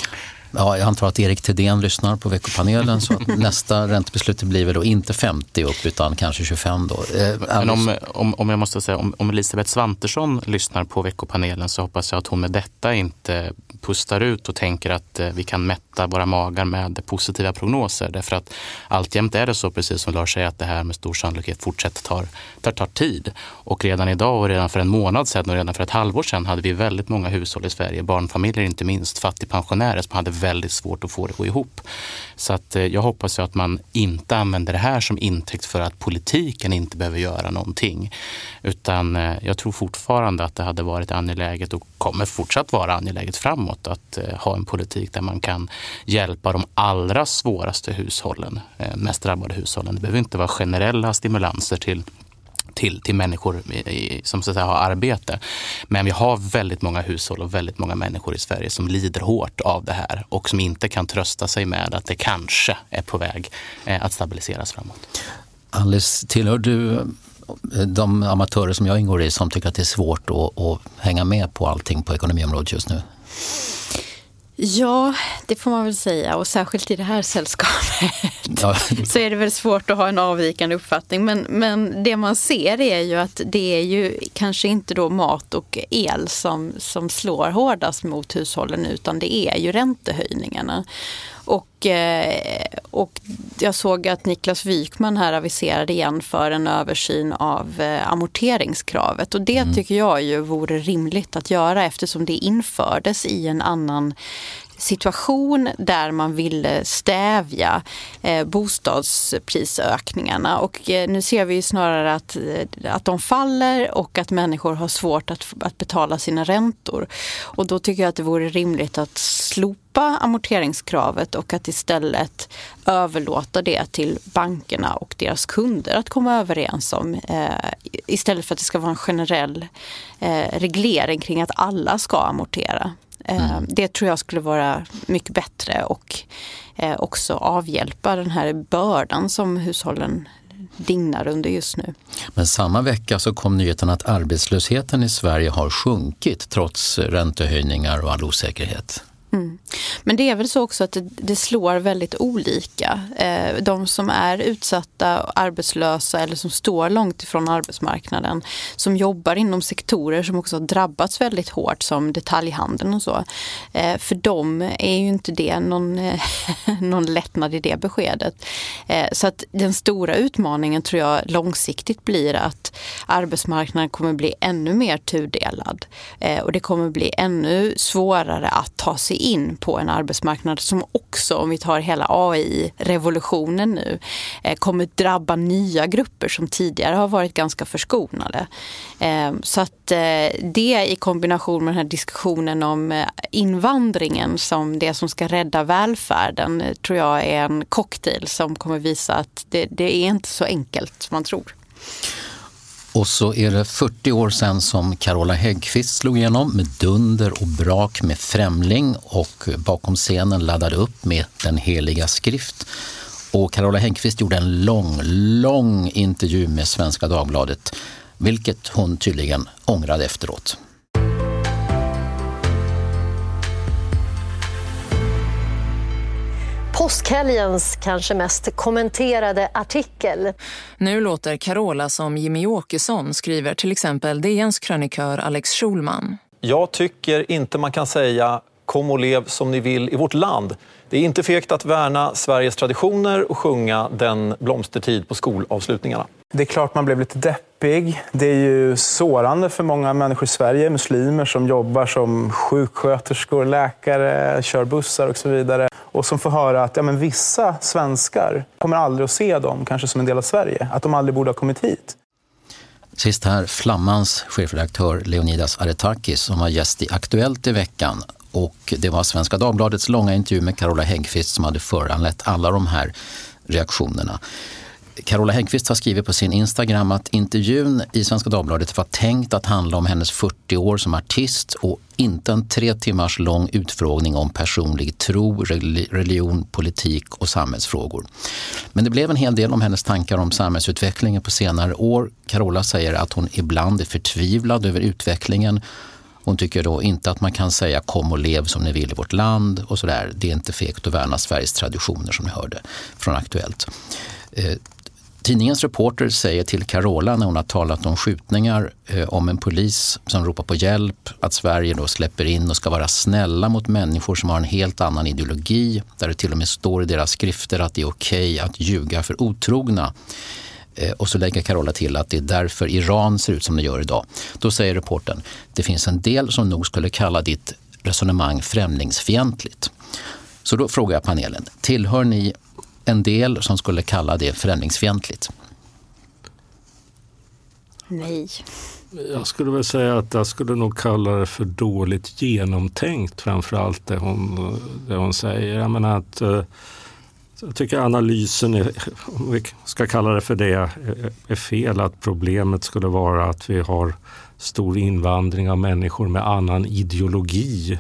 Ja, jag antar att Erik Thedéen lyssnar på veckopanelen så att nästa räntebeslut blir väl då inte femtio upp utan kanske tjugofem då. Eh, Men om, om, om jag måste säga, om, om Elisabeth Svantesson lyssnar på veckopanelen så hoppas jag att hon med detta inte pustar ut och tänker att eh, vi kan mätta våra magar med positiva prognoser. Därför att alltjämt är det så, precis som Lars säger, att det här med stor sannolikhet fortsätter tar, tar, tar tid. Och redan idag och redan för en månad sedan och redan för ett halvår sedan hade vi väldigt många hushåll i Sverige, barnfamiljer inte minst, fattigpensionärer som hade väldigt svårt att få det att gå ihop. Så att, eh, jag hoppas ju att man inte använder det här som intäkt för att politiken inte behöver göra någonting. Utan eh, jag tror fortfarande att det hade varit angeläget och kommer fortsatt vara angeläget framåt att eh, ha en politik där man kan hjälpa de allra svåraste hushållen, eh, mest drabbade hushållen. Det behöver inte vara generella stimulanser till Till, till människor i, som så att säga har arbete. Men vi har väldigt många hushåll och väldigt många människor i Sverige som lider hårt av det här och som inte kan trösta sig med att det kanske är på väg eh, att stabiliseras framåt. Alice, tillhör du de amatörer som jag ingår i som tycker att det är svårt att, att hänga med på allting på ekonomiområdet just nu? Ja, det får man väl säga, och särskilt i det här sällskapet ja. så är det väl svårt att ha en avvikande uppfattning, men, men det man ser är ju att det är ju kanske inte då mat och el som, som slår hårdast mot hushållen, utan det är ju räntehöjningarna. Och, och jag såg att Niklas Wykman här aviserade igen för en översyn av amorteringskravet. Och det mm. tycker jag ju vore rimligt att göra eftersom det infördes i en annan situation där man ville stävja eh, bostadsprisökningarna. Och eh, nu ser vi ju snarare att, att de faller och att människor har svårt att, att betala sina räntor. Och då tycker jag att det vore rimligt att slopa amorteringskravet och att istället överlåta det till bankerna och deras kunder att komma överens om. Eh, istället för att det ska vara en generell eh, reglering kring att alla ska amortera. Mm. Det tror jag skulle vara mycket bättre och eh, också avhjälpa den här bördan som hushållen dignar under just nu. Men samma vecka så kom nyheten att arbetslösheten i Sverige har sjunkit trots räntehöjningar och all osäkerhet. Mm. Men det är väl så också att det, det slår väldigt olika. Eh, de som är utsatta, arbetslösa eller som står långt ifrån arbetsmarknaden, som jobbar inom sektorer som också har drabbats väldigt hårt som detaljhandeln och så. Eh, för dem är ju inte det någon, eh, någon lättnad i det beskedet. Eh, så att den stora utmaningen tror jag långsiktigt blir att arbetsmarknaden kommer bli ännu mer tudelad. Eh, och det kommer bli ännu svårare att ta sig in på en arbetsmarknad som också, om vi tar hela A I-revolutionen nu, kommer drabba nya grupper som tidigare har varit ganska förskonade. Så att det i kombination med den här diskussionen om invandringen som det som ska rädda välfärden tror jag är en cocktail som kommer visa att det, det är inte så enkelt som man tror. Och så är det fyrtio år sedan som Carola Häggkvist slog igenom med dunder och brak med Främling och bakom scenen laddade upp med Den heliga skrift. Och Carola Häggkvist gjorde en lång, lång intervju med Svenska Dagbladet, vilket hon tydligen ångrade efteråt. Påskhelgens kanske mest kommenterade artikel. Nu låter Carola som Jimmy Åkesson, skriver till exempel D N:s krönikör Alex Schulman. Jag tycker inte man kan säga kom och lev som ni vill i vårt land. Det är inte fegt att värna Sveriges traditioner och sjunga Den blomstertid på skolavslutningarna. Det är klart man blev lite deppig. Det är ju sårande för många människor i Sverige, muslimer som jobbar som sjuksköterskor, läkare, kör bussar och så vidare. Och som får höra att ja, men vissa svenskar kommer aldrig att se dem kanske som en del av Sverige. Att de aldrig borde ha kommit hit. Sist här Flammans chefredaktör Leonidas Aretakis som var gäst i Aktuellt i veckan. Och det var Svenska Dagbladets långa intervju med Carola Häggkvist som hade föranlett alla de här reaktionerna. Carola Häggkvist har skrivit på sin Instagram att intervjun i Svenska Dagbladet var tänkt att handla om hennes fyrtio år som artist och inte en tre timmars lång utfrågning om personlig tro, religion, politik och samhällsfrågor. Men det blev en hel del om hennes tankar om samhällsutvecklingen på senare år. Carola säger att hon ibland är förtvivlad över utvecklingen Hon tycker då inte att man kan säga kom och lev som ni vill i vårt land och sådär. Det är inte fegt att värna Sveriges traditioner som ni hörde från Aktuellt. Eh, Tidningens reporter säger till Carola när hon har talat om skjutningar eh, om en polis som ropar på hjälp att Sverige då släpper in och ska vara snälla mot människor som har en helt annan ideologi, där det till och med står i deras skrifter att det är okej att ljuga för otrogna. Eh, och så lägger Carola till att det är därför Iran ser ut som det gör idag. Då säger reportern, det finns en del som nog skulle kalla ditt resonemang främlingsfientligt. Så då frågar jag panelen, tillhör ni en del som skulle kalla det främlingsfientligt? Nej. Jag skulle väl säga att jag skulle nog kalla det för dåligt genomtänkt, framförallt det hon, det hon säger. Jag menar att jag tycker analysen, är, om vi ska kalla det för det, är fel. Att problemet skulle vara att vi har stor invandring av människor med annan ideologi.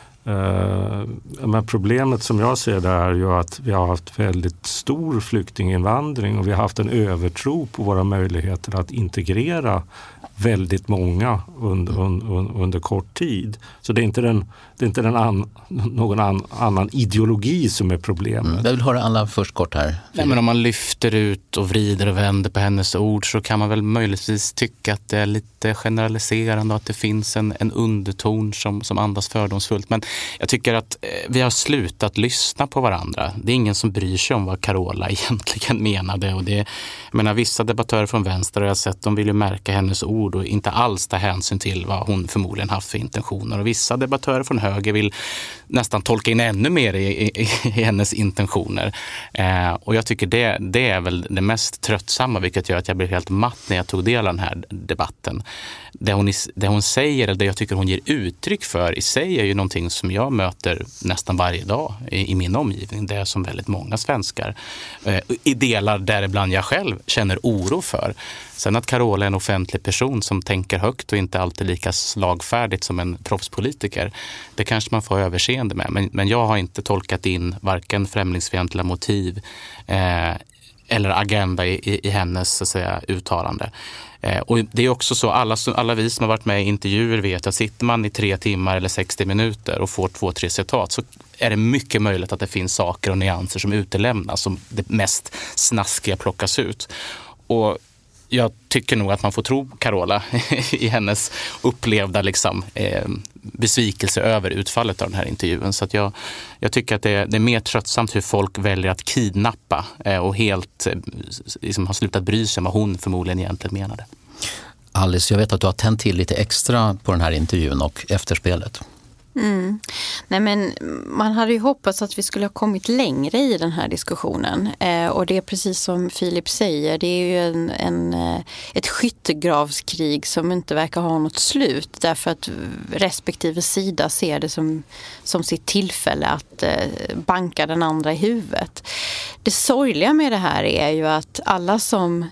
Uh, men problemet som jag ser det är ju att vi har haft väldigt stor flyktinginvandring och vi har haft en övertro på våra möjligheter att integrera väldigt många under, under, under kort tid. Så det är inte, den, det är inte den an, någon an, annan ideologi som är problemet. Mm. Jag vill höra alla först kort här. Nej, men om man lyfter ut och vrider och vänder på hennes ord så kan man väl möjligtvis tycka att det är lite generaliserande och att det finns en, en underton som, som andas fördomsfullt. Men jag tycker att vi har slutat lyssna på varandra. Det är ingen som bryr sig om vad Carola egentligen menade. Och det, jag menar, vissa debattörer från vänster har jag sett, de vill ju märka hennes ord och inte alls ta hänsyn till vad hon förmodligen haft för intentioner. Och vissa debattörer från höger vill nästan tolka in ännu mer i, i, i hennes intentioner. Eh, och jag tycker det, det är väl det mest tröttsamma, vilket gör att jag blir helt matt när jag tog del av den här debatten. Det hon, det hon säger, eller det jag tycker hon ger uttryck för i sig, är ju någonting som jag möter nästan varje dag i, i min omgivning. Det är som väldigt många svenskar eh, i delar däribland jag själv känner oro för. Sen att Carola är en offentlig person som tänker högt och inte alltid lika slagfärdigt som en proffspolitiker, det kanske man får överseende med. Men, men jag har inte tolkat in varken främlingsfientliga motiv eh, eller agenda i, i, i hennes, så att säga, uttalande. Eh, och det är också så, alla, alla vi som har varit med i intervjuer vet att sitter man i tre timmar eller sextio minuter och får två, tre citat, så är det mycket möjligt att det finns saker och nyanser som utelämnas, som det mest snaskiga plockas ut. Och jag tycker nog att man får tro Carola i hennes upplevda liksom, eh, besvikelse över utfallet av den här intervjun. Så att jag, jag tycker att det är, det är mer tröttsamt hur folk väljer att kidnappa eh, och helt eh, liksom, har slutat bry sig om vad hon förmodligen egentligen menade. Alice, jag vet att du har tänt till lite extra på den här intervjun och efterspelet. Mm. Nej, men man hade ju hoppats att vi skulle ha kommit längre i den här diskussionen. Eh, och det är precis som Filip säger, det är ju en, en, ett skyttegravskrig som inte verkar ha något slut. Därför att respektive sida ser det som, som sitt tillfälle att eh, banka den andra i huvudet. Det sorgliga med det här är ju att alla som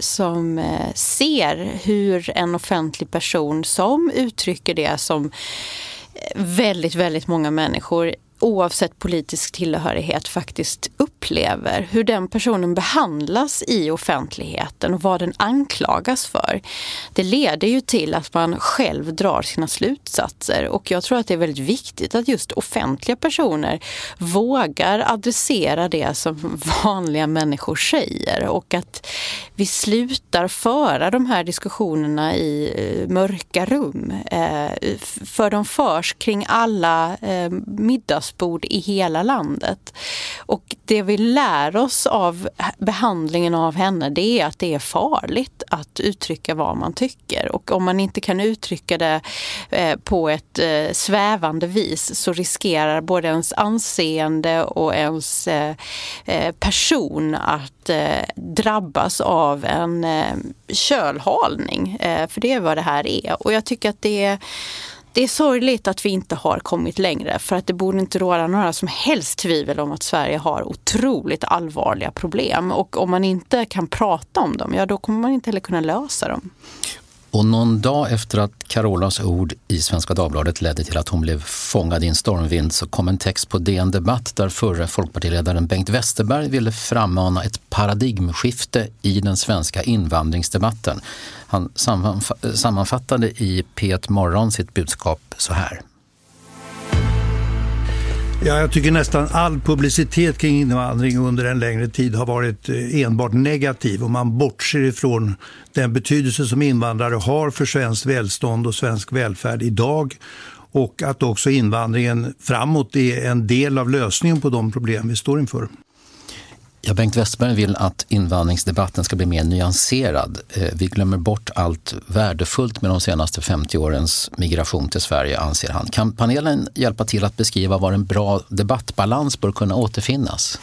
som eh, ser hur en offentlig person som uttrycker det som väldigt, väldigt många människor oavsett politisk tillhörighet faktiskt upplever, hur den personen behandlas i offentligheten och vad den anklagas för. Det leder ju till att man själv drar sina slutsatser, och jag tror att det är väldigt viktigt att just offentliga personer vågar adressera det som vanliga människor säger, och att vi slutar föra de här diskussionerna i mörka rum, för de förs kring alla middags bord i hela landet. Och det vi lär oss av behandlingen av henne, det är att det är farligt att uttrycka vad man tycker. Och om man inte kan uttrycka det eh, på ett eh, svävande vis, så riskerar både ens anseende och ens eh, person att eh, drabbas av en eh, kölhalning. Eh, för det är vad det här är. Och jag tycker att det är Det är sorgligt att vi inte har kommit längre, för att det borde inte råda några som helst tvivel om att Sverige har otroligt allvarliga problem. Och om man inte kan prata om dem, ja, då kommer man inte heller kunna lösa dem. Och någon dag efter att Carolas ord i Svenska Dagbladet ledde till att hon blev fångad i en stormvind så kom en text på D N Debatt där förre folkpartiledaren Bengt Westerberg ville frammana ett paradigmskifte i den svenska invandringsdebatten. Han sammanfattade i P ett Morgon sitt budskap så här. Ja, jag tycker nästan all publicitet kring invandring under en längre tid har varit enbart negativ och man bortser ifrån den betydelse som invandrare har för svenskt välstånd och svensk välfärd idag och att också invandringen framåt är en del av lösningen på de problem vi står inför. Ja, Bengt Westerberg vill att invandringsdebatten ska bli mer nyanserad. Vi glömmer bort allt värdefullt med de senaste femtio årens migration till Sverige, anser han. Kan panelen hjälpa till att beskriva var en bra debattbalans bör kunna återfinnas?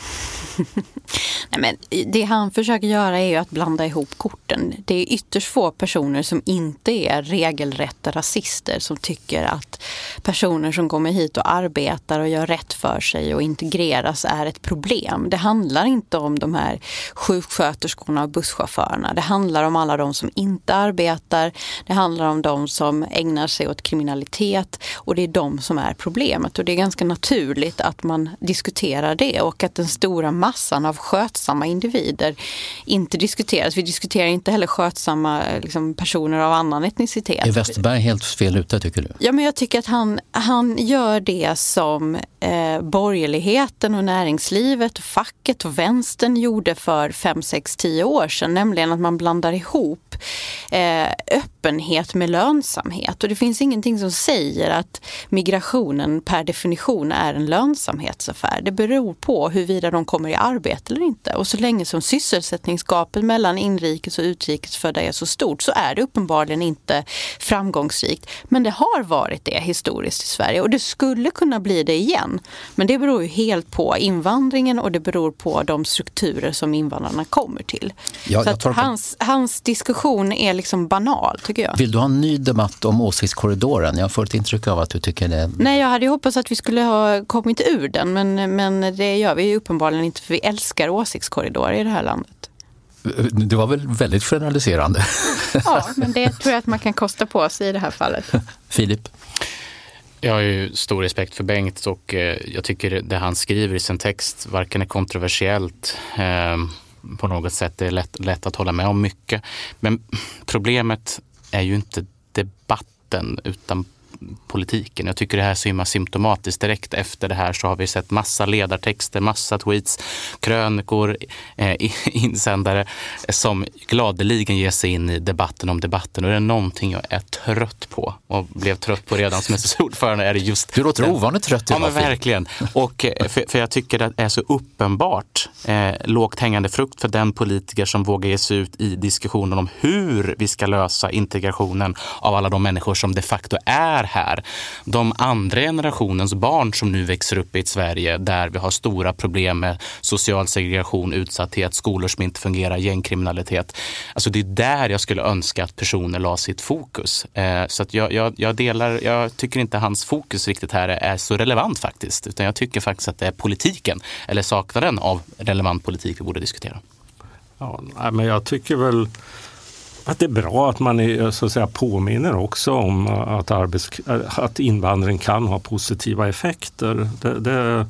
Nej, men det han försöker göra är ju att blanda ihop korten. Det är ytterst få personer som inte är regelrätta rasister som tycker att personer som kommer hit och arbetar och gör rätt för sig och integreras är ett problem. Det handlar inte om de här sjuksköterskorna och busschaufförerna. Det handlar om alla de som inte arbetar. Det handlar om de som ägnar sig åt kriminalitet och det är de som är problemet. Och det är ganska naturligt att man diskuterar det och att den stora massan av skötsamma individer inte diskuteras. Vi diskuterar inte heller skötsamma liksom, personer av annan etnicitet. Är Westerberg helt fel ute, tycker du? Ja, men jag tycker att han, han gör det som eh, borgerligheten och näringslivet och facket och vänstern gjorde för fem, sex, tio år sedan. Nämligen att man blandar ihop eh, öppenhet med lönsamhet. Och det finns ingenting som säger att migrationen per definition är en lönsamhetsaffär. Det beror på huruvida de kommer i arbete eller inte. Och så länge som sysselsättningsgapet mellan inrikes och utrikesfödda är så stort så är det uppenbarligen inte framgångsrikt. Men det har varit det historiskt i Sverige och det skulle kunna bli det igen. Men det beror ju helt på invandringen och det beror på de strukturer som invandrarna kommer till. Ja, så att tar... hans, hans diskussion är liksom banal, tycker jag. Vill du ha en ny debatt om åsiktskorridoren? Jag får ett intryck av att du tycker det. Nej, jag hade ju hoppats att vi skulle ha kommit ur den, men, men det gör vi ju uppenbarligen inte, för vi älskar åsiktskorridorer i det här landet. Det var väl väldigt generaliserande. Ja, men det tror jag att man kan kosta på sig i det här fallet. Filip? Jag har ju stor respekt för Bengt och jag tycker det han skriver i sin text varken är kontroversiellt eh, på något sätt. Det är lätt, lätt att hålla med om mycket. Men problemet är ju inte debatten utan politiken. Jag tycker det här är så himla symptomatiskt. Direkt efter det här så har vi sett massa ledartexter, massa tweets, krönikor, eh, insändare som gladeligen ger sig in i debatten om debatten. Och det är någonting jag är trött på och blev trött på redan som S S-ordförande är det just... Du låter ovanligt trött. Ja, men verkligen. Och för, för jag tycker att det är så uppenbart eh, lågt hängande frukt för den politiker som vågar ge sig ut i diskussionen om hur vi ska lösa integrationen av alla de människor som de facto är här. De andra generationens barn som nu växer upp i ett Sverige där vi har stora problem med social segregation, utsatthet, skolor som inte fungerar, gängkriminalitet. Alltså det är där jag skulle önska att personer la sitt fokus. Eh, så att jag, jag, jag delar, jag tycker inte hans fokus riktigt här är så relevant faktiskt, utan jag tycker faktiskt att det är politiken eller saknaden av relevant politik vi borde diskutera. Ja, men jag tycker väl att det är bra att man är, så att säga, påminner också om att, arbets, att invandring kan ha positiva effekter. Det, det,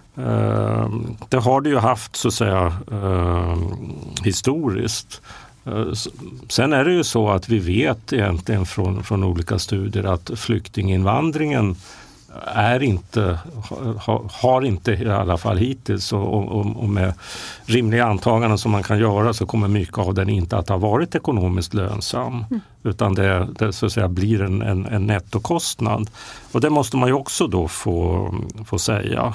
eh, det har det ju haft, så att säga, eh, historiskt. Eh, sen är det ju så att vi vet egentligen från, från olika studier att flyktinginvandringen är inte, har, har inte i alla fall hittills och, och, och med rimliga antaganden som man kan göra så kommer mycket av den inte att ha varit ekonomiskt lönsam mm. utan det, det så att säga blir en, en, en nettokostnad och det måste man ju också då få, få säga.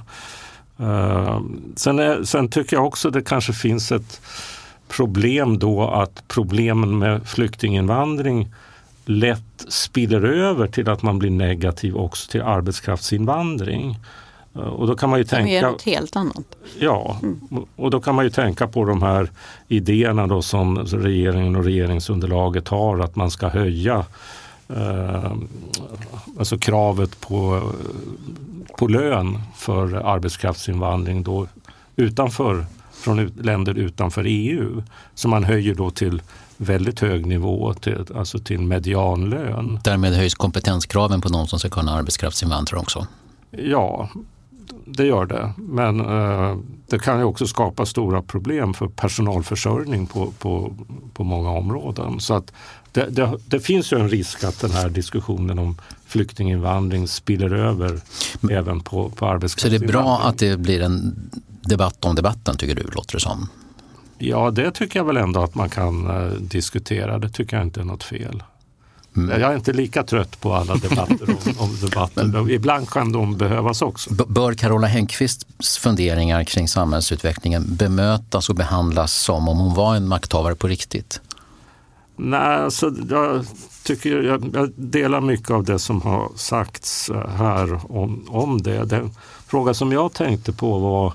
Uh, sen, är, sen tycker jag också det kanske finns ett problem då att problemen med flyktinginvandring lätt spiller över till att man blir negativ också till arbetskraftsinvandring. Och då kan man ju tänka... Det är något helt annat. Ja, mm. och då kan man ju tänka på de här idéerna då som regeringen och regeringsunderlaget har att man ska höja eh, alltså kravet på, på lön för arbetskraftsinvandring då utanför från ut, länder utanför E U som man höjer då till väldigt hög nivå, till, alltså till medianlön. Därmed höjs kompetenskraven på någon som ska kunna arbetskraftsinvandra också? Ja, det gör det. Men eh, det kan ju också skapa stora problem för personalförsörjning på, på, på många områden. Så att det, det, det finns ju en risk att den här diskussionen om flyktinginvandring spiller över mm. även på, på arbetskraftsinvandring. Så det är bra att det blir en debatt om debatten, tycker du, låter det som? Ja, det tycker jag väl ändå att man kan uh, diskutera. Det tycker jag inte är något fel. Mm. Jag är inte lika trött på alla debatter om, om debatter. Men, ibland kan de behövas också. B- bör Carola Häggkvists funderingar kring samhällsutvecklingen bemötas och behandlas som om hon var en makthavare på riktigt? Nej, alltså, jag tycker jag, jag delar mycket av det som har sagts här om, om det. Den fråga som jag tänkte på var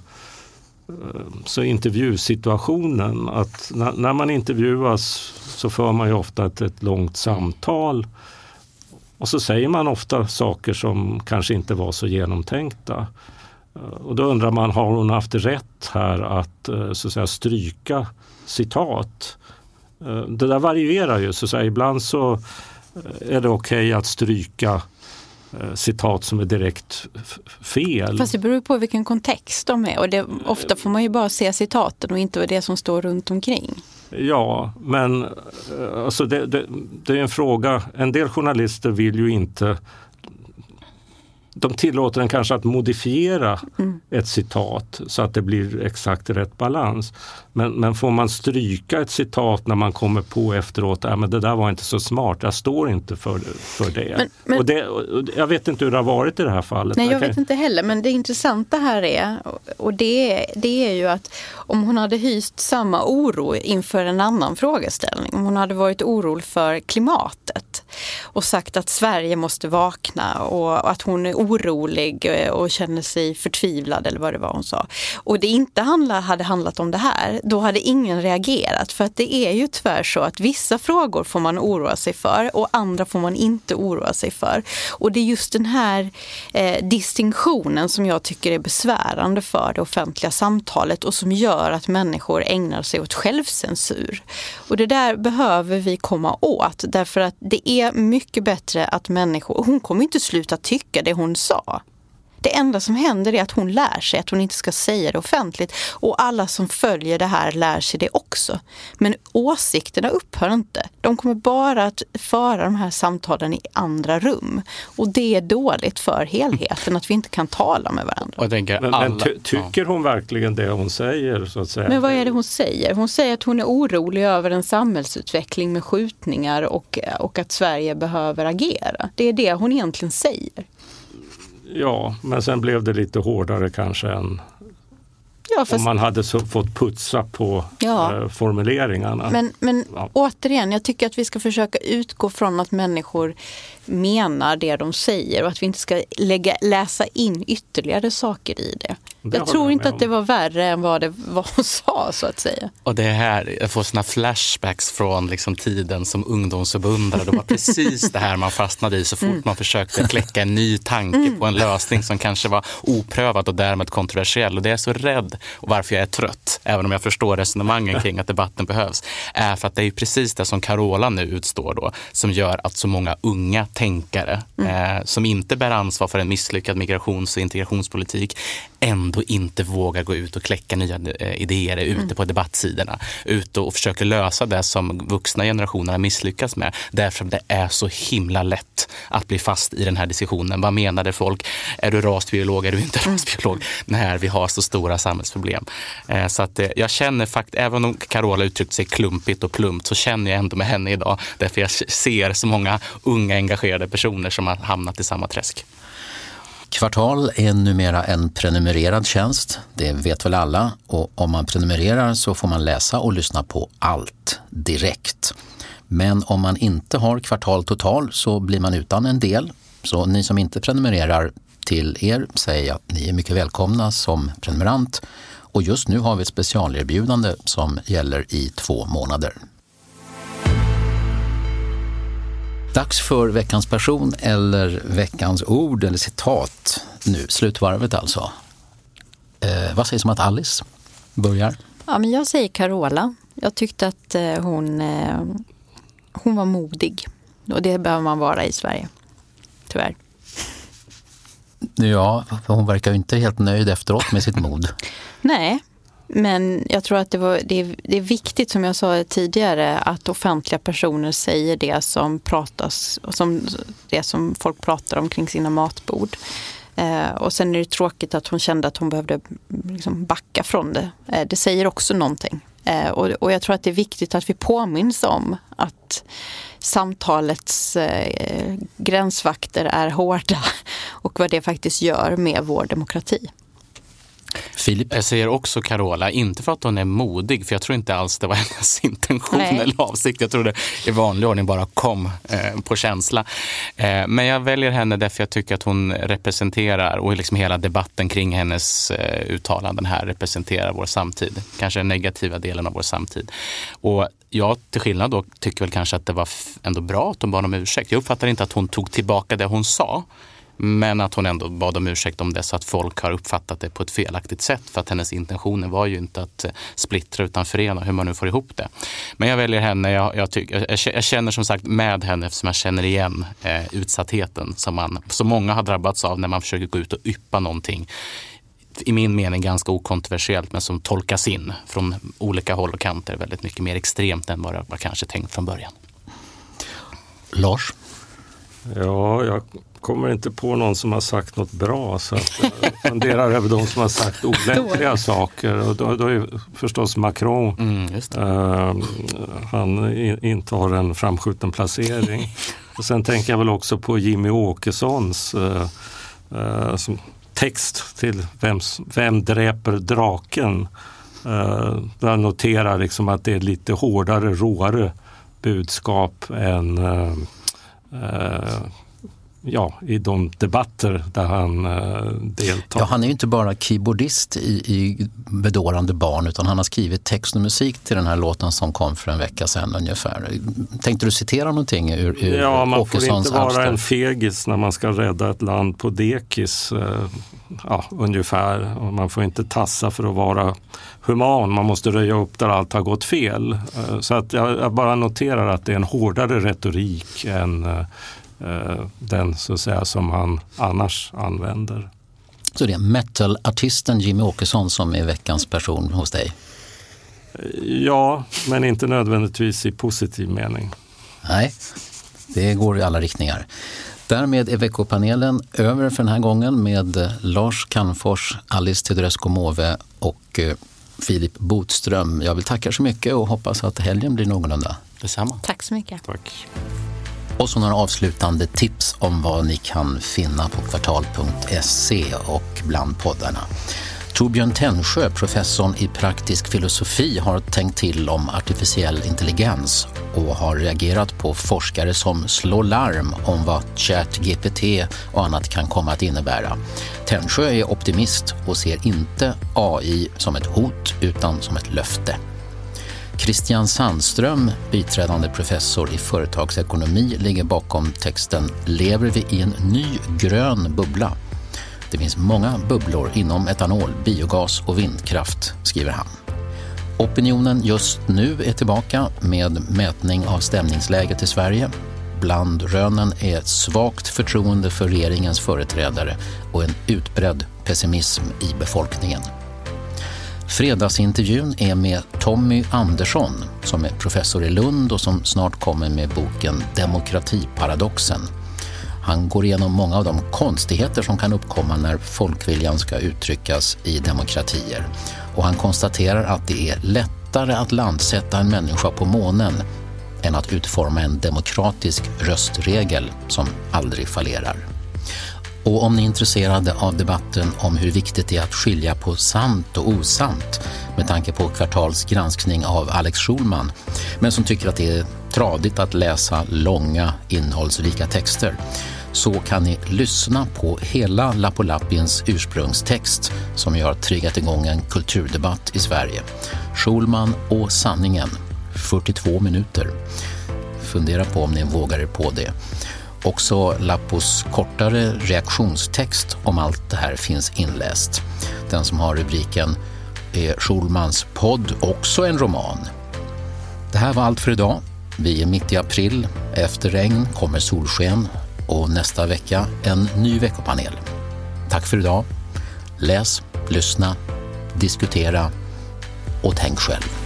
så intervjusituationen, att när, när man intervjuas så för man ju ofta ett, ett långt samtal och så säger man ofta saker som kanske inte var så genomtänkta. Och då undrar man, har hon haft rätt här att, så att säga, stryka citat? Det där varierar ju, så att säga. Ibland så är det okej att stryka citat som är direkt f- fel. Fast det beror på vilken kontext de är. Och det, ofta får man ju bara se citaten och inte det som står runt omkring. Ja, men alltså det, det, det är en fråga. En del journalister vill ju inte... De tillåter en kanske att modifiera mm. ett citat så att det blir exakt rätt balans. Men, men får man stryka ett citat när man kommer på efteråt, äh, men det där var inte så smart, jag står inte för, för det. Men, men, och det och jag vet inte hur det har varit i det här fallet. Nej, jag vet inte heller, men det intressanta här är, och det, det är ju att om hon hade hyst samma oro inför en annan frågeställning, om hon hade varit orolig för klimatet och sagt att Sverige måste vakna och att hon är orolig och känner sig förtvivlad eller vad det var hon sa. Och det inte handla, hade handlat om det här, då hade ingen reagerat. För att det är ju tyvärr så att vissa frågor får man oroa sig för och andra får man inte oroa sig för. Och det är just den här eh, distinktionen som jag tycker är besvärande för det offentliga samtalet och som gör att människor ägnar sig åt självcensur. Och det där behöver vi komma åt, därför att det är mycket bättre att människor, hon kommer inte sluta tycka det hon sa. Det enda som händer är att hon lär sig att hon inte ska säga det offentligt, och alla som följer det här lär sig det också. Men åsikterna upphör inte. De kommer bara att föra de här samtalen i andra rum, och det är dåligt för helheten att vi inte kan tala med varandra. Och tänker, men, alla, men ty- tycker hon verkligen det hon säger, så att säga? Men vad är det hon säger? Hon säger att hon är orolig över en samhällsutveckling med skjutningar och, och att Sverige behöver agera. Det är det hon egentligen säger. Ja, men sen blev det lite hårdare kanske än ja, fast... om man hade så fått putsa på ja. eh, formuleringarna. Men, men ja. återigen, jag tycker att vi ska försöka utgå från att människor menar det de säger och att vi inte ska lägga, läsa in ytterligare saker i det. det jag tror inte att det var värre än vad det var hon sa, så att säga. Och det här, jag får såna flashbacks från liksom tiden som ungdomsförbundare. Det var precis det här man fastnade i så fort mm. man försökte kläcka en ny tanke mm. på en lösning som kanske var oprövad och därmed kontroversiell. Och det är så rädd, och varför jag är trött, även om jag förstår resonemangen kring att debatten behövs, är för att det är precis det som Carola nu utstår då, som gör att så många unga tänkare mm. eh, som inte bär ansvar för en misslyckad migrations- och integrationspolitik ändå inte vågar gå ut och kläcka nya eh, idéer ute mm. på debattsidorna, ute och försöker lösa det som vuxna generationerna misslyckas med, därför att det är så himla lätt att bli fast i den här diskussionen. Vad menade folk? Är du rasbiolog? Är du inte rasbiolog? När vi har så stora samhällsproblem. Eh, så att eh, jag känner faktiskt, även om Carola uttryckt sig klumpigt och plumpt, så känner jag ändå med henne idag, därför jag ser så många unga engagerade personer som har hamnat i samma träsk. Kvartal är numera en prenumererad tjänst, det vet väl alla, och om man prenumererar så får man läsa och lyssna på allt direkt. Men om man inte har Kvartal Total så blir man utan en del, så ni som inte prenumererar, till er säger att ni är mycket välkomna som prenumerant, och just nu har vi ett specialerbjudande som gäller i två månader. Dags för veckans person eller veckans ord eller citat. Nu, slutvarvet alltså. Eh, vad sägs om att Alice börjar? Ja, men jag säger Carola. Jag tyckte att eh, hon, eh, hon var modig. Och det behöver man vara i Sverige. Tyvärr. Ja, för hon verkar ju inte helt nöjd efteråt med sitt mod. Nej, men jag tror att det, var, det, är, det är viktigt, som jag sa tidigare, att offentliga personer säger det som pratas, och som, det som folk pratar om kring sina matbord. Eh, och sen är det tråkigt att hon kände att hon behövde liksom backa från det. Eh, det säger också någonting. Eh, och, och jag tror att det är viktigt att vi påminns om att samtalets eh, gränsvakter är hårda och vad det faktiskt gör med vår demokrati. Filip? Jag säger också Carola, inte för att hon är modig, för jag tror inte alls det var hennes intention Nej. eller avsikt. Jag tror det i vanlig ordning bara kom eh, på känsla. Eh, men jag väljer henne därför jag tycker att hon representerar, och liksom hela debatten kring hennes eh, uttalanden här representerar vår samtid. Kanske den negativa delen av vår samtid. Och jag till skillnad då tycker väl kanske att det var ändå bra att hon bad om ursäkt. Jag uppfattar inte att hon tog tillbaka det hon sa. Men att hon ändå bad om ursäkt om det, så att folk har uppfattat det på ett felaktigt sätt. För att hennes intentioner var ju inte att splittra utan förena, hur man nu får ihop det. Men jag väljer henne, jag, jag, tycker, jag känner som sagt med henne eftersom jag känner igen eh, utsattheten som, man, som många har drabbats av när man försöker gå ut och yppa någonting. I min mening ganska okontroversiellt, men som tolkas in från olika håll och kanter väldigt mycket mer extremt än vad det var kanske tänkt från början. Lars? Ja, jag kommer inte på någon som har sagt något bra, så att jag funderar över de som har sagt olämpliga saker. Och då, då är förstås Macron. Mm, just det. Uh, han intar en framskjuten placering. Och sen tänker jag väl också på Jimmy Åkessons uh, uh, som text till vem, vem dräper draken. Uh, där noterar liksom att det är lite hårdare, råare budskap än uh, uh, ja, i de debatter där han uh, deltar. Ja, han är ju inte bara keyboardist i, i Bedårande barn, utan han har skrivit text och musik till den här låten som kom för en vecka sedan ungefär. Tänkte du citera någonting ur, ur Ja, man får inte vara alster? En fegis när man ska rädda ett land på dekis, uh, ja, ungefär. Och man får inte tassa för att vara human. Man måste röja upp där allt har gått fel. Uh, så att jag, jag bara noterar att det är en hårdare retorik än uh, den så att säga som han annars använder. Så det är metalartisten Jimmy Åkesson som är veckans person hos dig? Ja, men inte nödvändigtvis i positiv mening. Nej, det går i alla riktningar. Därmed är veckopanelen över för den här gången med Lars Calmfors, Alice Teodorescu-Måwe och Filip Botström. Jag vill tacka så mycket och hoppas att helgen blir någorlunda. Detsamma. Tack så mycket. Tack. Och så några avslutande tips om vad ni kan finna på kvartal punkt se och bland poddarna. Torbjörn Tännsjö, professorn i praktisk filosofi, har tänkt till om artificiell intelligens och har reagerat på forskare som slår larm om vad ChatGPT och annat kan komma att innebära. Tännsjö är optimist och ser inte A I som ett hot utan som ett löfte. Christian Sandström, biträdande professor i företagsekonomi, ligger bakom texten Lever vi i en ny grön bubbla? Det finns många bubblor inom etanol, biogas och vindkraft, skriver han. Opinionen just nu är tillbaka med mätning av stämningsläget i Sverige. Bland rönen är ett svagt förtroende för regeringens företrädare och en utbredd pessimism i befolkningen. Fredagsintervjun är med Tommy Andersson som är professor i Lund och som snart kommer med boken Demokratiparadoxen. Han går igenom många av de konstigheter som kan uppkomma när folkviljan ska uttryckas i demokratier. Och han konstaterar att det är lättare att landsätta en människa på månen än att utforma en demokratisk röstregel som aldrig fallerar. Och om ni är intresserade av debatten om hur viktigt det är att skilja på sant och osant med tanke på Kvartals granskning av Alex Schulman, men som tycker att det är tradigt att läsa långa innehållsrika texter, så kan ni lyssna på hela Lapolapiens ursprungstext som ju har triggat igång en kulturdebatt i Sverige. Schulman och sanningen, fyrtiotvå minuter. Fundera på om ni vågar er på det. Också Lappos kortare reaktionstext om allt det här finns inläst. Den som har rubriken är Schulmans podd också en roman. Det här var allt för idag. Vi är mitt i april. Efter regn kommer solsken och nästa vecka en ny veckopanel. Tack för idag. Läs, lyssna, diskutera och tänk själv.